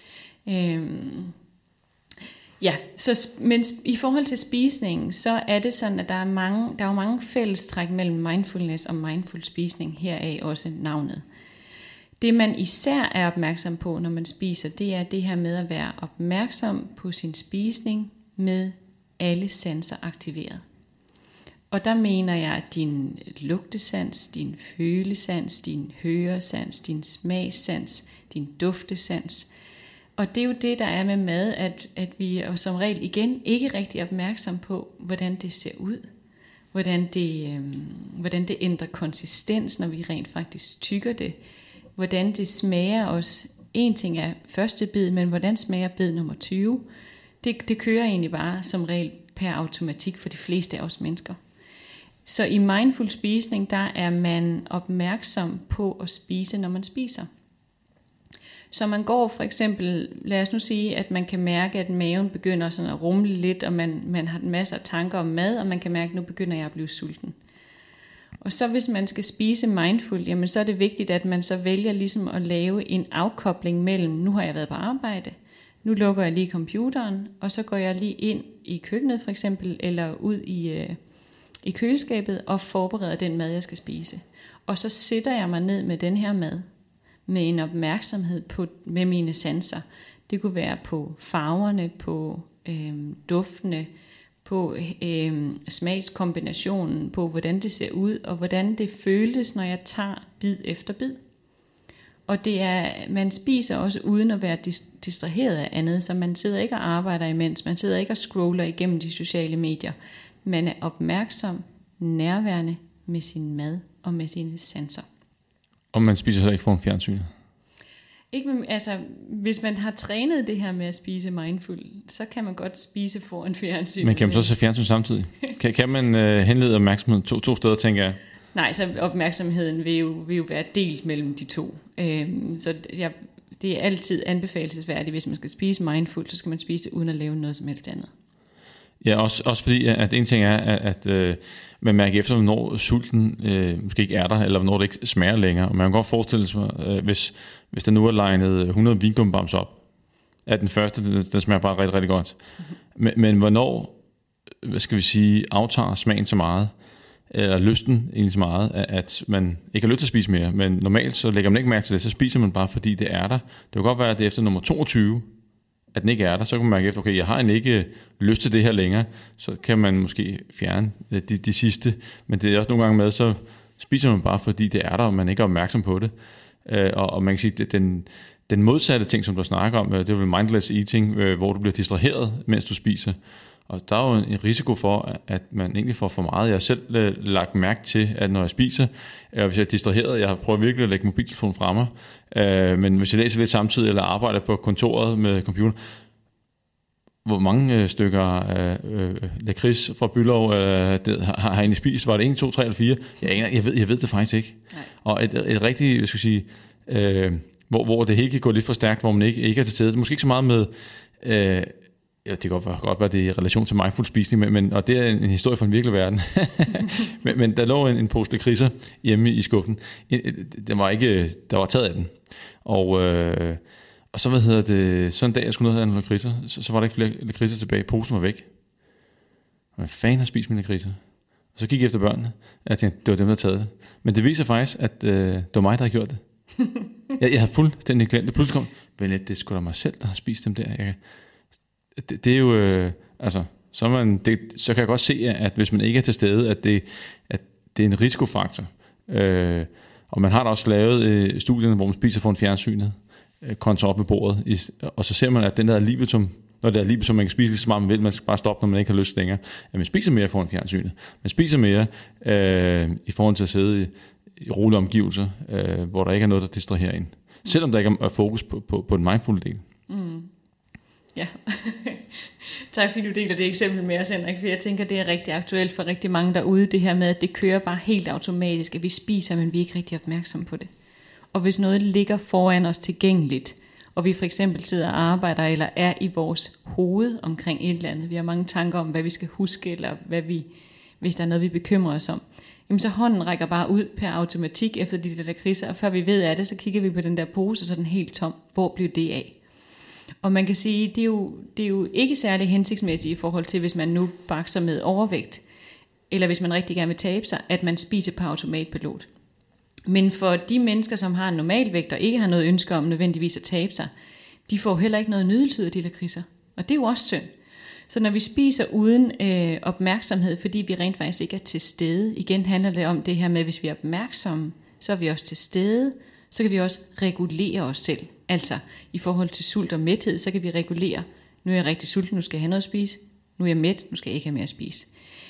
Men i forhold til spisningen, så er det sådan, at der er jo mange fællestræk mellem mindfulness og mindful spisning, heraf også navnet. Det man især er opmærksom på, når man spiser, det er det her med at være opmærksom på sin spisning med alle sanser aktiveret. Og der mener jeg, at din lugtesans, din følesans, din høresans, din smagssans, din duftesans. Og det er jo det, der er med mad, at vi er som regel igen ikke rigtig opmærksom på, hvordan det ser ud. Hvordan det ændrer konsistens, når vi rent faktisk tykker det. Hvordan det smager os. En ting er første bid, men hvordan smager bid nummer 20? Det kører egentlig bare som regel per automatik for de fleste af os mennesker. Så i mindful spisning, der er man opmærksom på at spise, når man spiser. Så man går for eksempel, lad os nu sige, at man kan mærke, at maven begynder sådan at rumle lidt, og man har en masse tanker om mad, og man kan mærke, at nu begynder jeg at blive sulten. Og så hvis man skal spise mindful, jamen så er det vigtigt, at man så vælger ligesom at lave en afkobling mellem, nu har jeg været på arbejde, nu lukker jeg lige computeren, og så går jeg lige ind i køkkenet for eksempel, eller ud i køleskabet og forbereder den mad, jeg skal spise. Og så sætter jeg mig ned med den her mad, med en opmærksomhed med mine sanser. Det kunne være på farverne, på duftene, på smagskombinationen, på hvordan det ser ud, og hvordan det føles, når jeg tager bid efter bid. Og man spiser også uden at være distraheret af andet, så man sidder ikke og arbejder imens, man sidder ikke og scroller igennem de sociale medier. Man er opmærksom, nærværende med sin mad og med sine sanser. Og man spiser heller ikke foran fjernsynet? Hvis man har trænet det her med at spise mindful, så kan man godt spise foran fjernsynet. Men kan man så se fjernsyn samtidig? kan man henlede opmærksomheden to steder, tænker jeg? Nej, så opmærksomheden vil jo være delt mellem de to. Så det er altid anbefalesværdigt, hvis man skal spise mindful, så skal man spise det uden at lave noget som helst andet. Ja, også fordi, at en ting er, at man mærker efter, hvornår sulten måske ikke er der, eller hvornår det ikke smager længere. Og man kan godt forestille sig, hvis der nu er legnet 100 vingummibams op, at den første, den smager bare rigtig, rigtig godt. Men hvornår, aftager smagen så meget, eller lysten egentlig så meget, at man ikke har lyst til at spise mere. Men normalt så lægger man ikke mærke til det, så spiser man bare, fordi det er der. Det kan godt være, at det efter nummer 22, at den ikke er der, så kan man mærke efter, okay, jeg har egentlig ikke lyst til det her længere, så kan man måske fjerne de sidste, men det er også nogle gange med, så spiser man bare, fordi det er der, og man ikke er opmærksom på det. Og man kan sige, at den modsatte ting, som du snakker om, det er jo mindless eating, hvor du bliver distraheret, mens du spiser. Og der er jo en risiko for, at man egentlig får for meget. Jeg har selv lagt mærke til, at når jeg spiser, hvis jeg er distraheret, jeg prøver virkelig at lægge mobiltelefonen fra mig, men hvis jeg læser lidt samtidig, eller arbejder på kontoret med computer, hvor mange stykker lakrids fra Bylov har egentlig spist? Var det 1, 2, 3 eller 4? Jeg ved det faktisk ikke. Nej. Og et rigtigt, jeg skal sige, hvor det hele kan gå lidt for stærkt, hvor man ikke er til stede. Måske ikke så meget med, det kan godt være det i relation til mindful spisning, men, og det er en historie fra den virkelige verden. men der lå en pose lakridser hjemme i skuffen. Der var taget af den. Og så, så en dag, jeg skulle ned og have nogle lakridser, så var der ikke flere lakridser tilbage. Posen var væk. Hvad fanden har spist mine lakridser? Og så gik jeg efter børnene, og jeg tænkte, det var dem, der havde taget det. Men det viser faktisk, at det var mig, der havde gjort det. Jeg havde fuldstændig glemt det. Pludselig kom, det er sgu da mig selv, der har spist dem der. Det er jo, så kan jeg godt se, at hvis man ikke er til stede, at det er en risikofaktor. Og man har da også lavet studierne, hvor man spiser foran fjernsynet, kontra op ved bordet, og så ser man, at den der libitum, når det er libitum, man kan spise lige så meget man vil, man skal bare stoppe, når man ikke har lyst længere, at man spiser mere foran fjernsynet. Man spiser mere i forhold til at sidde i rolige omgivelser, hvor der ikke er noget, der distraherer en. Selvom der ikke er fokus på den mindful del. Mm. Ja, tak fordi du deler det eksempel med os, Henrik, for jeg tænker, det er rigtig aktuelt for rigtig mange derude, det her med, at det kører bare helt automatisk, at vi spiser, men vi er ikke rigtig opmærksomme på det. Og hvis noget ligger foran os tilgængeligt, og vi for eksempel sidder og arbejder, eller er i vores hoved omkring et eller andet, vi har mange tanker om, hvad vi skal huske, eller hvis der er noget, vi bekymrer os om, jamen så hånden rækker bare ud per automatik efter de der lakridser, og før vi ved af det, så kigger vi på den der pose, og så er den helt tom. Hvor blev det af? Og man kan sige, det er jo ikke særlig hensigtsmæssigt i forhold til, hvis man nu bakser med overvægt, eller hvis man rigtig gerne vil tabe sig, at man spiser på automatpilot. Men for de mennesker, som har en normalvægt og ikke har noget ønske om nødvendigvis at tabe sig, de får heller ikke noget nydelse ud af de lakridser. Og det er jo også synd. Så når vi spiser uden opmærksomhed, fordi vi rent faktisk ikke er til stede, igen handler det om det her med, at hvis vi er opmærksomme, så er vi også til stede, så kan vi også regulere os selv. Altså i forhold til sult og mæthed, så kan vi regulere, nu er jeg rigtig sulten, nu skal jeg have noget at spise, nu er jeg mæt, nu skal jeg ikke have mere at spise.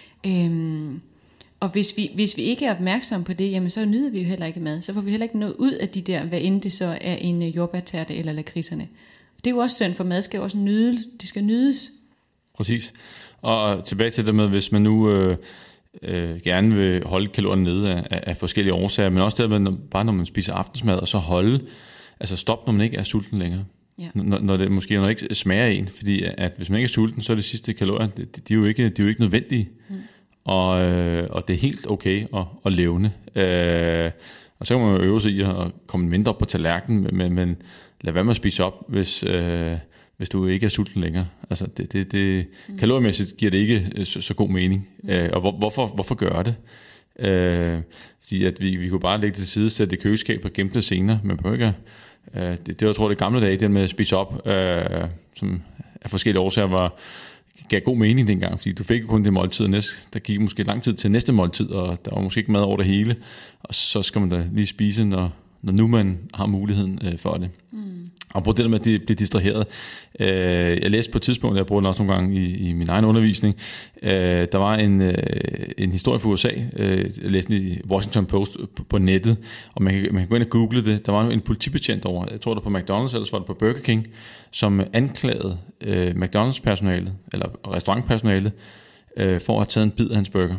Og hvis vi ikke er opmærksomme på det, jamen så nyder vi jo heller ikke mad. Så får vi heller ikke noget ud af de der, hvad end det så er en jordbærtærte eller lakridserne. Det er jo også synd, for mad skal jo også det skal nydes. Præcis. Og tilbage til det med, hvis man nu gerne vil holde kalorierne nede af forskellige årsager, men også det med, bare når man spiser aftensmad, og så stop, når man ikke er sulten længere. Ja. Når det måske ikke smager en, fordi at hvis man ikke er sulten, så er det sidste kalorier, de er jo ikke nødvendige. Og det er helt okay at levne. Og så kan man jo øve sig i at komme mindre op på tallerkenen, men lad være med at spise op, hvis du ikke er sulten længere. Altså kaloriemæssigt giver det ikke så god mening. Og hvorfor gøre det? Fordi at vi kunne bare lægge det til side, sætte det i køleskab og gemme det senere. Man behøver ikke det jeg tror det gamle dage, det med at spise op, som af forskellige årsager gav god mening dengang, fordi du fik jo kun det måltid, der gik måske lang tid til næste måltid, og der var måske ikke mad over det hele, og så skal man da lige spise, når nu man har muligheden for det. Og på det der med at blive distraheret. Jeg læste på et tidspunkt, jeg bruger den også nogle gange i min egen undervisning, der var en historie fra USA, jeg læste den i Washington Post på nettet, og man kan gå ind og google det. Der var en politibetjent over, jeg tror det var på McDonald's, eller så var det på Burger King, som anklagede McDonald's-personalet, eller restaurantpersonalet, for at have taget en bid af hans burger.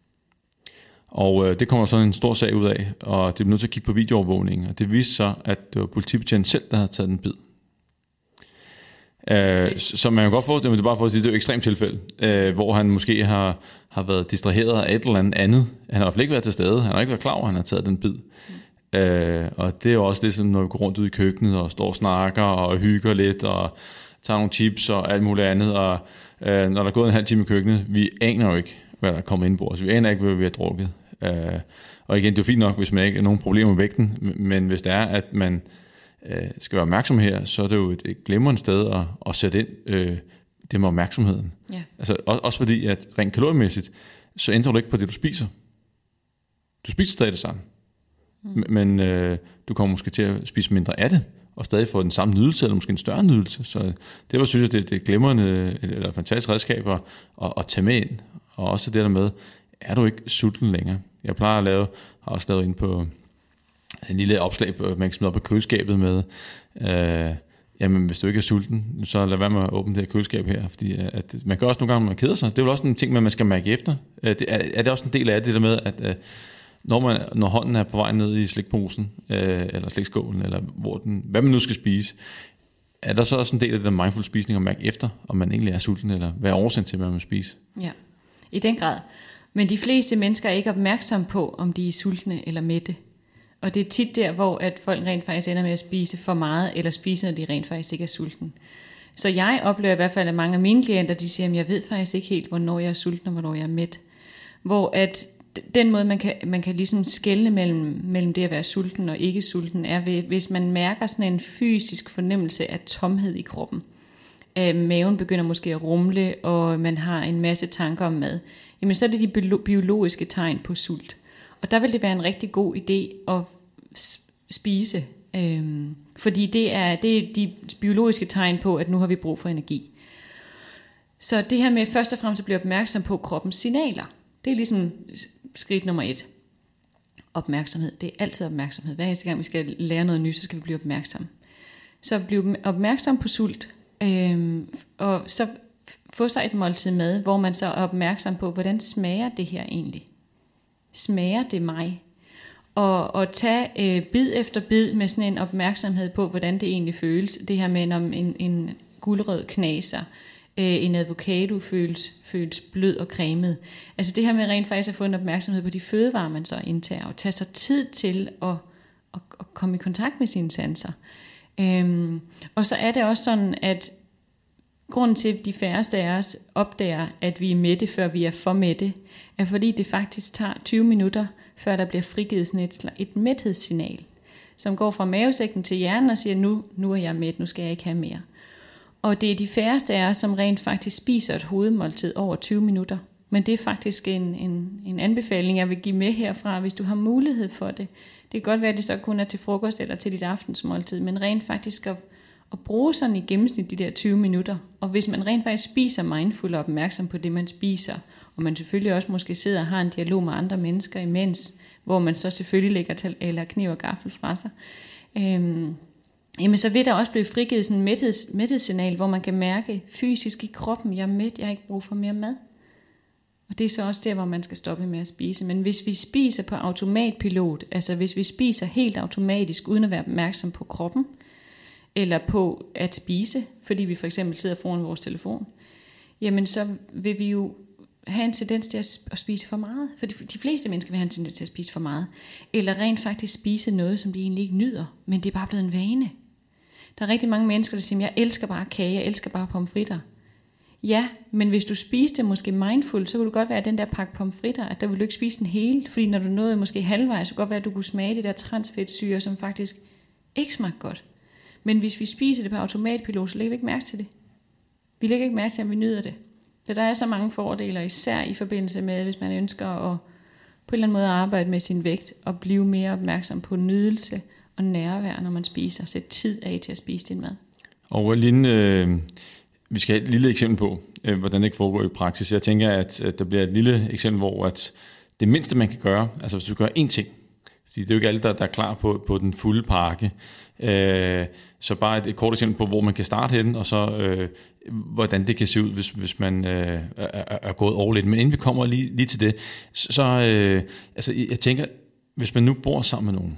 Og det kommer sådan en stor sag ud af, og det blev nødt til at kigge på videoovervågningen, og det viste så, at det var politibetjenten selv, der havde taget en bid. Så man kan godt forestille, men det er bare for at sige, det er jo et ekstremt tilfælde, hvor han måske har været distraheret af et eller andet. Han har i hvert fald ikke været til stede, han har ikke været klar over, at han har taget den bid. Og det er jo også det, som når vi går rundt ud i køkkenet og står og snakker og hygger lidt og tager nogle chips og alt muligt andet, og når der er gået en halv time i køkkenet, vi aner jo ikke, hvad der er kommet ind på os. Vi aner ikke, hvad vi har drukket. Og igen, det er jo fint nok, hvis man ikke har nogen problemer med vægten, men hvis det er, at man skal være opmærksom her, så er det jo et glimrende sted at sætte ind det med opmærksomheden. Ja. Altså, også fordi, at rent kaloriemæssigt, så ændrer du ikke på det, du spiser. Du spiser stadig det samme. Men du kommer måske til at spise mindre af det, og stadig få den samme nydelse, eller måske en større nydelse. Så det var, synes jeg, det er et glimrende, eller fantastisk redskab at tage med ind. Og også det der med, er du ikke sulten længere? Jeg plejer har også lavet ind på en lille opslag, man kan smide op på køleskabet med, jamen hvis du ikke er sulten, så lad være med at åbne det her køleskab her, fordi at man kan også nogle gange, man keder sig. Det er jo også en ting, man skal mærke efter. Er det også en del af det der med, at når hånden er på vej ned i slikposen, eller slikskålen, eller hvad man nu skal spise, er der så også en del af det der mindful spisning at mærke efter, om man egentlig er sulten, eller hvad er årsagen til, hvad man spiser? Ja, i den grad. Men de fleste mennesker er ikke opmærksomme på, om de er sultne eller mætte. Og det er tit der, hvor at folk rent faktisk ender med at spise for meget, eller spise, når de rent faktisk ikke er sulten. Så jeg oplever i hvert fald, at mange af mine klienter, de siger, at jeg ved faktisk ikke helt, hvornår jeg er sulten, og hvornår jeg er mæt. Hvor at den måde, man kan ligesom skelne mellem det at være sulten og ikke sulten, er hvis man mærker sådan en fysisk fornemmelse af tomhed i kroppen. Maven begynder måske at rumle, og man har en masse tanker om mad. Jamen så er det de biologiske tegn på sult. Og der vil det være en rigtig god idé at spise. Fordi det er de biologiske tegn på, at nu har vi brug for energi. Så det her med først og fremmest at blive opmærksom på kroppens signaler, det er ligesom skridt nummer 1. Opmærksomhed, det er altid opmærksomhed. Hver eneste gang vi skal lære noget nyt, så skal vi blive opmærksom. Så blive opmærksom på sult, og så få sig et måltid mad, hvor man så er opmærksom på, hvordan smager det her egentlig? Smager det mig? Og tage bid efter bid med sådan en opmærksomhed på, hvordan det egentlig føles. Det her med, når en gulerod knaser, en avocado føles blød og cremet. Altså det her med rent faktisk at få en opmærksomhed på de fødevarer, man så indtager, og tage sig tid til at komme i kontakt med sine sanser. Og så er det også sådan, at grunden til, at de færreste af os opdager, at vi er mætte, før vi er for mætte, er fordi det faktisk tager 20 minutter, før der bliver frigivet sådan et mæthedssignal, som går fra mavesækken til hjernen og siger, nu er jeg mæt, nu skal jeg ikke have mere. Og det er de færreste af os, som rent faktisk spiser et hovedmåltid over 20 minutter. Men det er faktisk en anbefaling, jeg vil give med herfra, hvis du har mulighed for det. Det kan godt være, at det så kun er til frokost eller til dit aftensmåltid, men rent faktisk at bruge sådan i gennemsnit de der 20 minutter. Og hvis man rent faktisk spiser mindful og opmærksom på det, man spiser, og man selvfølgelig også måske sidder og har en dialog med andre mennesker imens, hvor man så selvfølgelig lægger eller kniv og gaffel fra sig, jamen så vil der også blive frigivet sådan en mæthedssignal, hvor man kan mærke fysisk i kroppen, jeg er mæt, jeg har ikke brug for mere mad. Og det er så også der, hvor man skal stoppe med at spise. Men hvis vi spiser på automatpilot, altså hvis vi spiser helt automatisk, uden at være opmærksom på kroppen, eller på at spise, fordi vi for eksempel sidder foran vores telefon, jamen så vil vi jo have en tendens til at spise for meget. For de fleste mennesker vil have en tendens til at spise for meget. Eller rent faktisk spise noget, som de egentlig ikke nyder, men det er bare blevet en vane. Der er rigtig mange mennesker, der siger, jeg elsker bare kage, jeg elsker bare pomfritter. Ja, men hvis du spiste måske mindful, så kunne det godt være, at den der pakke pomfritter, at der ville du ikke spise den hele, fordi når du nåede måske halvvejs, så kunne det godt være, at du kunne smage det der transfedtsyre, som faktisk ikke smagte godt. Men hvis vi spiser det på automatpilot, så lægger vi ikke mærke til det. Vi lægger ikke mærke til, at vi nyder det. Så der er så mange fordele, især i forbindelse med, hvis man ønsker at på en eller anden måde arbejde med sin vægt, og blive mere opmærksom på nydelse og nærvær, når man spiser. Sæt tid af til at spise din mad. Og Line, vi skal have et lille eksempel på, hvordan det ikke foregår i praksis. Jeg tænker, at der bliver et lille eksempel, hvor at det mindste, man kan gøre, altså hvis du gør én ting, fordi det er jo ikke alle, der er klar på den fulde pakke, så bare et kort eksempel på, hvor man kan starte hen, og så hvordan det kan se ud, hvis man er gået all in. Men inden vi kommer lige til det, så altså, jeg tænker, hvis man nu bor sammen med nogen,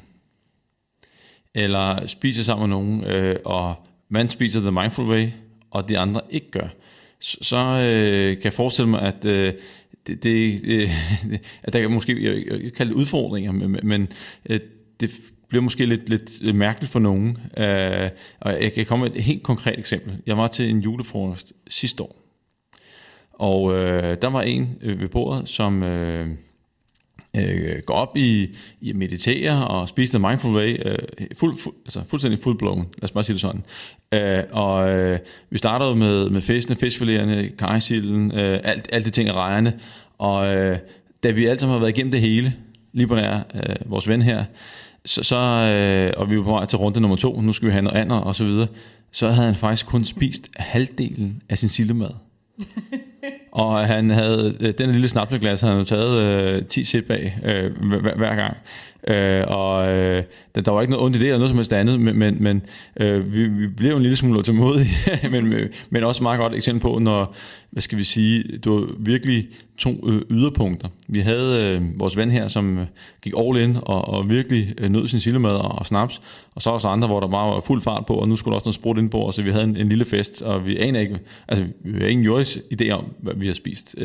eller spiser sammen med nogen, og man spiser the mindful way, og de andre ikke gør, så kan jeg forestille mig, at at der kan måske, jeg kalde det udfordringer, men det bliver måske lidt mærkeligt for nogen. Og jeg kan komme med et helt konkret eksempel. Jeg var til en julefrokost sidste år, og der var en ved bordet, som går op i at meditere og spise the mindful way, altså fuldstændig full-blown, lad os bare sige det sådan. Og vi startede med fiskene, fiskfiléerne, kajsilden, alt det ting af rejerne, og da vi alle sammen har været igennem det hele, lige på nær vores ven her, og vi var på vej til runde nummer 2, nu skal vi have noget andet og så videre, så havde han faktisk kun spist halvdelen af sin sillemad. Og han havde den lille snapseglas, han havde taget 10 sip af hver gang. Der var ikke noget ondt i det, eller noget som helst andet, men vi blev en lille smule utålmodige, men også meget godt eksempel på, når, hvad skal vi sige, det var virkelig to yderpunkter. Vi havde vores ven her, som gik all in og virkelig nød sin sillemad og snaps, og så også andre, hvor der bare var fuld fart på, og nu skulle der også noget sprut ind på, og så vi havde en lille fest, og vi aner ikke, altså vi har ingen jordisk idé om, hvad vi har spist.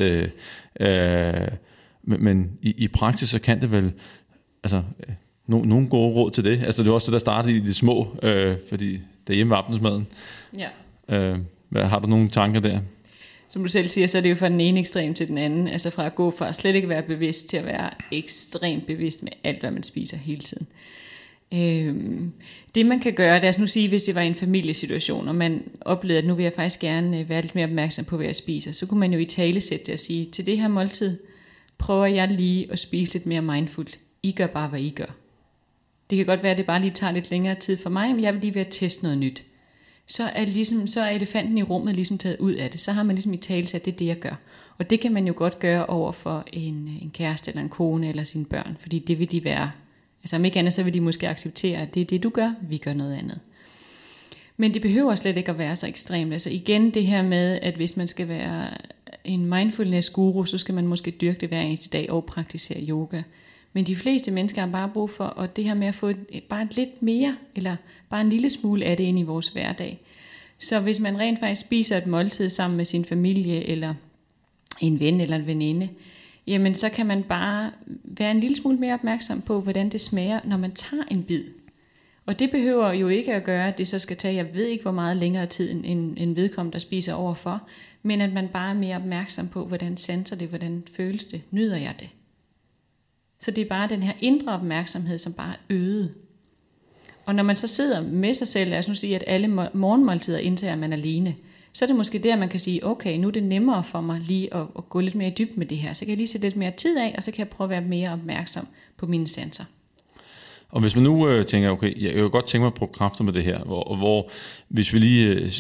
Men i praksis, så kan det vel, altså nogle gode råd til det. Altså det var også det, der startede i de små, fordi derhjemme var aftensmaden. Ja. Har du nogle tanker der? Som du selv siger, så er det jo fra den ene ekstrem til den anden. Altså fra at gå fra at slet ikke være bevidst til at være ekstremt bevidst med alt, hvad man spiser hele tiden. Det man kan gøre, lad os nu sige, hvis det var en familiesituation, og man oplevede, at nu vil jeg faktisk gerne være lidt mere opmærksom på, hvad jeg spiser, så kunne man jo i tale sætte det og sige, til det her måltid prøver jeg lige at spise lidt mere mindfuldt. I gør bare, hvad I gør. Det kan godt være, at det bare lige tager lidt længere tid for mig, men jeg vil lige ved at teste noget nyt. Så er elefanten i rummet ligesom taget ud af det. Så har man ligesom i tale sat, det er det, jeg gør. Og det kan man jo godt gøre over for en kæreste eller en kone eller sine børn, fordi det vil de være. Altså om ikke andet, så vil de måske acceptere, at det er det, du gør, vi gør noget andet. Men det behøver slet ikke at være så ekstremt. Altså igen det her med, at hvis man skal være en mindfulness-guru, så skal man måske dyrke det hver eneste dag og praktisere yoga. Men de fleste mennesker har bare brug for og det her med at få bare lidt mere, eller bare en lille smule af det ind i vores hverdag. Så hvis man rent faktisk spiser et måltid sammen med sin familie, eller en ven eller en veninde, jamen så kan man bare være en lille smule mere opmærksom på, hvordan det smager, når man tager en bid. Og det behøver jo ikke at gøre, at det så skal tage, jeg ved ikke hvor meget længere tid, end vedkommende, der spiser overfor, men at man bare er mere opmærksom på, hvordan sanser det, hvordan føles det, nyder jeg det. Så det er bare den her indre opmærksomhed, som bare er øget. Og når man så sidder med sig selv, lad os nu sige, at alle morgenmåltider indtager man alene, så er det måske der, man kan sige, okay, nu er det nemmere for mig lige at gå lidt mere dybt med det her. Så kan jeg lige sætte lidt mere tid af, og så kan jeg prøve at være mere opmærksom på mine sanser. Og hvis man nu tænker, okay, jeg vil godt tænke mig at bruge kræfter med det her, hvor hvis vi lige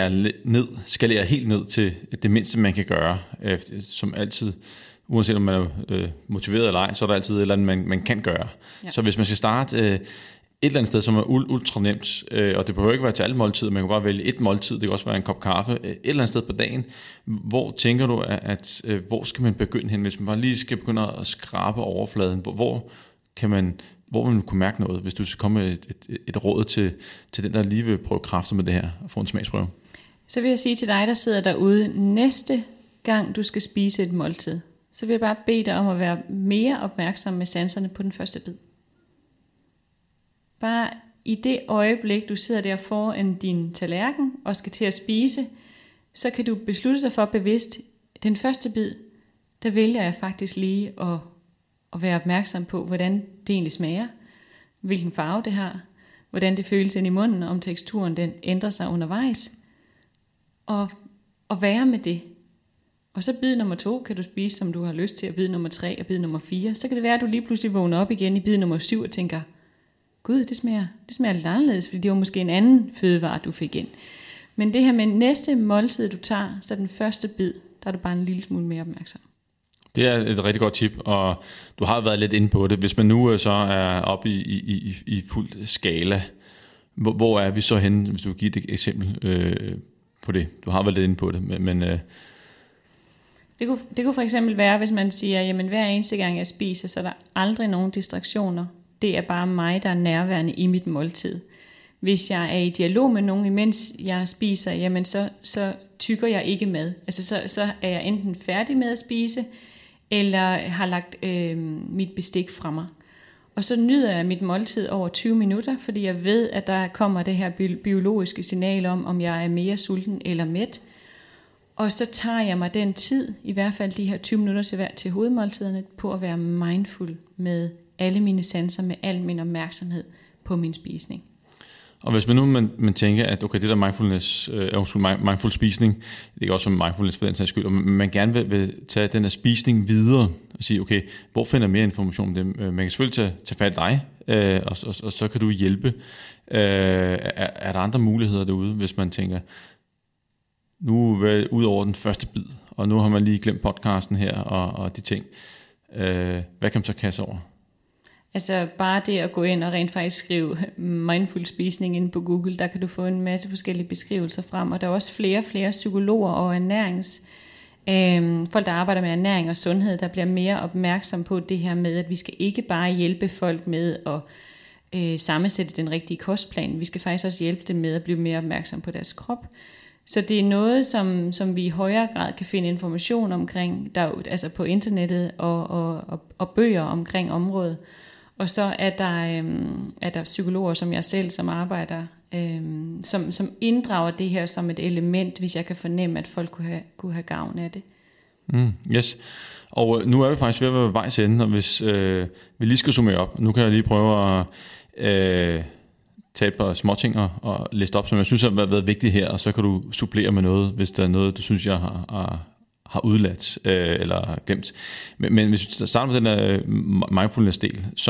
skalerer helt ned til det mindste, man kan gøre, som altid, uanset om man er motiveret eller ej, så er der altid et eller andet, man kan gøre. Ja. Så hvis man skal starte et eller andet sted, som er ultra nemt, og det behøver ikke være til alle måltider, man kan bare vælge et måltid, det kan også være en kop kaffe, et eller andet sted på dagen. Hvor tænker du, at hvor skal man begynde hen, hvis man bare lige skal begynde at skrabe overfladen? Hvor vil man kunne mærke noget, hvis du skal komme med et råd til den, der lige vil prøve kræfter med det her, og få en smagsprøve? Så vil jeg sige til dig, der sidder derude, næste gang du skal spise et måltid, så vil jeg bare bede dig om at være mere opmærksom med sanserne på den første bid. Bare i det øjeblik, du sidder der foran din tallerken og skal til at spise, så kan du beslutte dig for bevidst, den første bid, der vælger jeg faktisk lige at være opmærksom på, hvordan det egentlig smager, hvilken farve det har, hvordan det føles ind i munden, om teksturen den ændrer sig undervejs, og være med det. Og så bid nummer 2 kan du spise, som du har lyst til, og bid nummer 3 og bid nummer 4. Så kan det være, at du lige pludselig vågner op igen i bid nummer 7 og tænker, gud, det smager lidt anderledes, fordi det var måske en anden fødevare, du fik ind. Men det her med næste måltid, du tager, så den første bid, der er du bare en lille smule mere opmærksom. Det er et rigtig godt tip, og du har været lidt inde på det. Hvis man nu så er oppe i fuld skala, hvor er vi så henne, hvis du vil give et eksempel på det? Du har været lidt inde på det, men Det kunne for eksempel være, hvis man siger, jamen hver eneste gang jeg spiser, så er der aldrig nogen distraktioner. Det er bare mig, der er nærværende i mit måltid. Hvis jeg er i dialog med nogen, imens jeg spiser, jamen så tykker jeg ikke mad. Altså så er jeg enten færdig med at spise, eller har lagt mit bestik fra mig. Og så nyder jeg mit måltid over 20 minutter, fordi jeg ved, at der kommer det her biologiske signal om jeg er mere sulten eller mæt. Og så tager jeg mig den tid, i hvert fald de her 20 minutter til hovedmåltiderne, på at være mindful med alle mine sanser, med al min opmærksomhed på min spisning. Og hvis man nu man tænker, at okay, det der mindful spisning, det er også som mindfulness for den sags skyld, og man gerne vil tage den her spisning videre og sige, okay, hvor finder jeg mere information om det? Man kan selvfølgelig tage fat i dig, og så kan du hjælpe. Er der andre muligheder derude, hvis man tænker, nu er vi ud over den første bid, og nu har man lige glemt podcasten her og de ting. Hvad kan man så kaste over? Altså bare det at gå ind og rent faktisk skrive mindful spisning ind på Google, der kan du få en masse forskellige beskrivelser frem, og der er også flere psykologer og folk, der arbejder med ernæring og sundhed, der bliver mere opmærksom på det her med, at vi skal ikke bare hjælpe folk med at sammensætte den rigtige kostplan, vi skal faktisk også hjælpe dem med at blive mere opmærksom på deres krop. Så det er noget, som vi i højere grad kan finde information omkring, altså på internettet og bøger omkring området. Og så er der psykologer som jeg selv, som arbejder, som inddrager det her som et element, hvis jeg kan fornemme, at folk kunne have gavn af det. Yes. Og nu er vi faktisk ved at være vejs ende, og hvis vi lige skal summere op, nu kan jeg lige prøve at tage et par små ting og liste op, som jeg synes har været vigtigt her, og så kan du supplere med noget, hvis der er noget, du synes, jeg har udladt eller glemt. Men hvis vi starter med den der mindfulness-del, så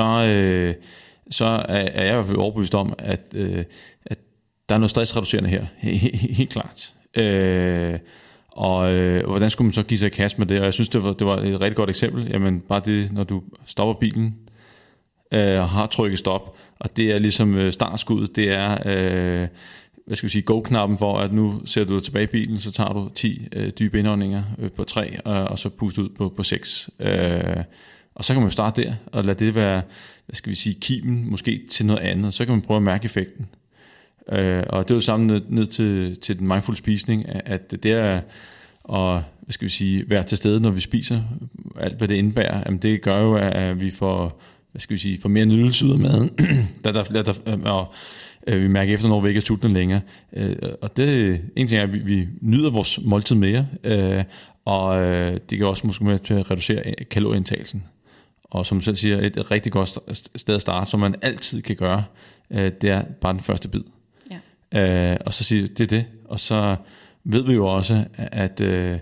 er jeg i hvert fald overbevist om, at der er noget stressreducerende her, helt klart. Og hvordan skulle man så give sig i kast med det? Og jeg synes, det var et rigtig godt eksempel. Jamen bare det, når du stopper bilen og har trykket stop, og det er ligesom startskuddet, det er go-knappen for, at nu sætter du dig tilbage i bilen, så tager du 10 dybe indåndinger på 3, og så puster ud på 6. Og så kan man jo starte der, og lade det være, kimen måske til noget andet, så kan man prøve at mærke effekten. Og det er jo sammen ned til den mindful spisning, at det er at være til stede, når vi spiser, alt hvad det indebærer, jamen det gør jo, at vi får mere nydelse ud af maden, og vi mærker efter, når vi ikke er sultne længere. Og det en ting er, at vi nyder vores måltid mere, og det kan også måske med til at reducere kalorieindtagelsen. Og som du selv siger, et rigtig godt sted at starte, som man altid kan gøre, det er bare den første bid. Ja. Og så siger det er det. Og så ved vi jo også, at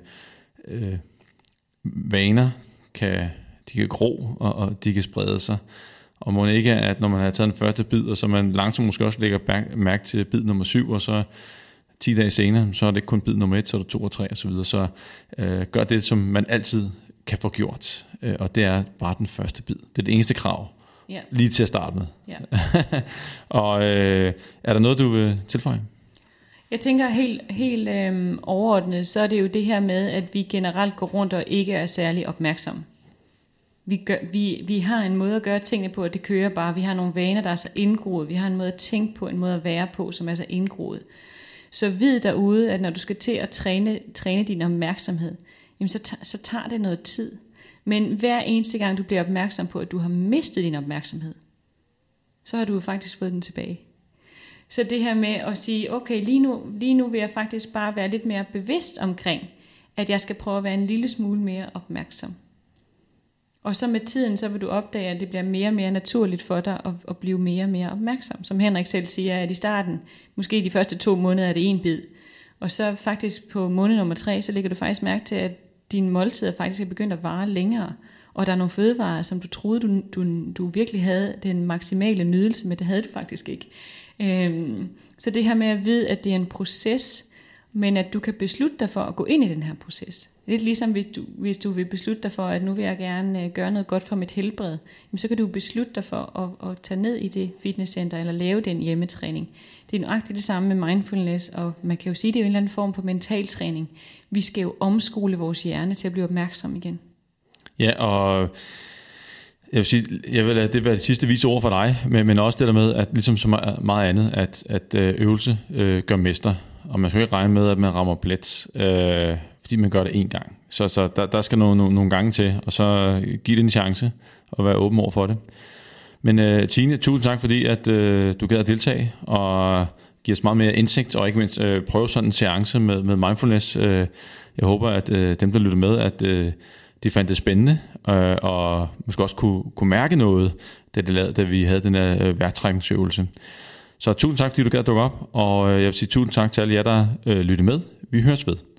vaner kan gro, og de kan sprede sig. Og må ikke, at når man har taget den første bid, og så man langsomt måske også lægger mærke til bid nummer 7, og så 10 dage senere, så er det ikke kun bid nummer 1, så er det 2 og 3 og så videre. Så gør det, som man altid kan få gjort. Og det er bare den første bid. Det er det eneste krav. Yeah. Lige til at starte med. Yeah. Og er der noget, du vil tilføje? Jeg tænker helt overordnet, så er det jo det her med, at vi generelt går rundt og ikke er særlig opmærksomme. Vi har en måde at gøre tingene på, at det kører bare. Vi har nogle vaner, der er så indgroet. Vi har en måde at tænke på, en måde at være på, som er så indgroet. Så vid derude, at når du skal til at træne din opmærksomhed, jamen så tager det noget tid. Men hver eneste gang, du bliver opmærksom på, at du har mistet din opmærksomhed, så har du faktisk fået den tilbage. Så det her med at sige, okay, lige nu vil jeg faktisk bare være lidt mere bevidst omkring, at jeg skal prøve at være en lille smule mere opmærksom. Og så med tiden, så vil du opdage, at det bliver mere og mere naturligt for dig at blive mere og mere opmærksom. Som Henrik selv siger, at i starten, måske de første 2 måneder, er det 1 bid. Og så faktisk på måned nummer 3, så lægger du faktisk mærke til, at dine måltider faktisk er begyndt at vare længere. Og der er nogle fødevarer, som du troede, du virkelig havde den maksimale nydelse, men det havde du faktisk ikke. Så det her med at vide, at det er en proces, men at du kan beslutte dig for at gå ind i den her proces. Lidt ligesom hvis du vil beslutte dig for, at nu vil jeg gerne gøre noget godt for mit helbred, så kan du beslutte dig for at tage ned i det fitnesscenter eller lave den hjemmetræning. Det er nøjagtigt det samme med mindfulness, og man kan jo sige, det er jo en eller anden form for mentaltræning. Vi skal jo omskole vores hjerne til at blive opmærksom igen. Ja, og jeg vil lade det være det sidste vise ord for dig, men også det der med, at ligesom så meget andet, at øvelse gør mester. Og man skal ikke regne med, at man rammer plet, fordi man gør det 1 gang. Så der skal nogle gange til, og så give det en chance, og være åben over for det. Men Tine, tusind tak, fordi at du gad at deltage, og give os meget mere indsigt, og ikke mindst prøve sådan en seance med mindfulness. Jeg håber, at dem, der lytter med, at de fandt det spændende, og måske også kunne mærke noget, da vi havde den her vejrtrækningsøvelse. Så tusind tak, fordi du gad at dukke op, og jeg vil sige tusind tak til alle jer, der lytter med. Vi høres ved.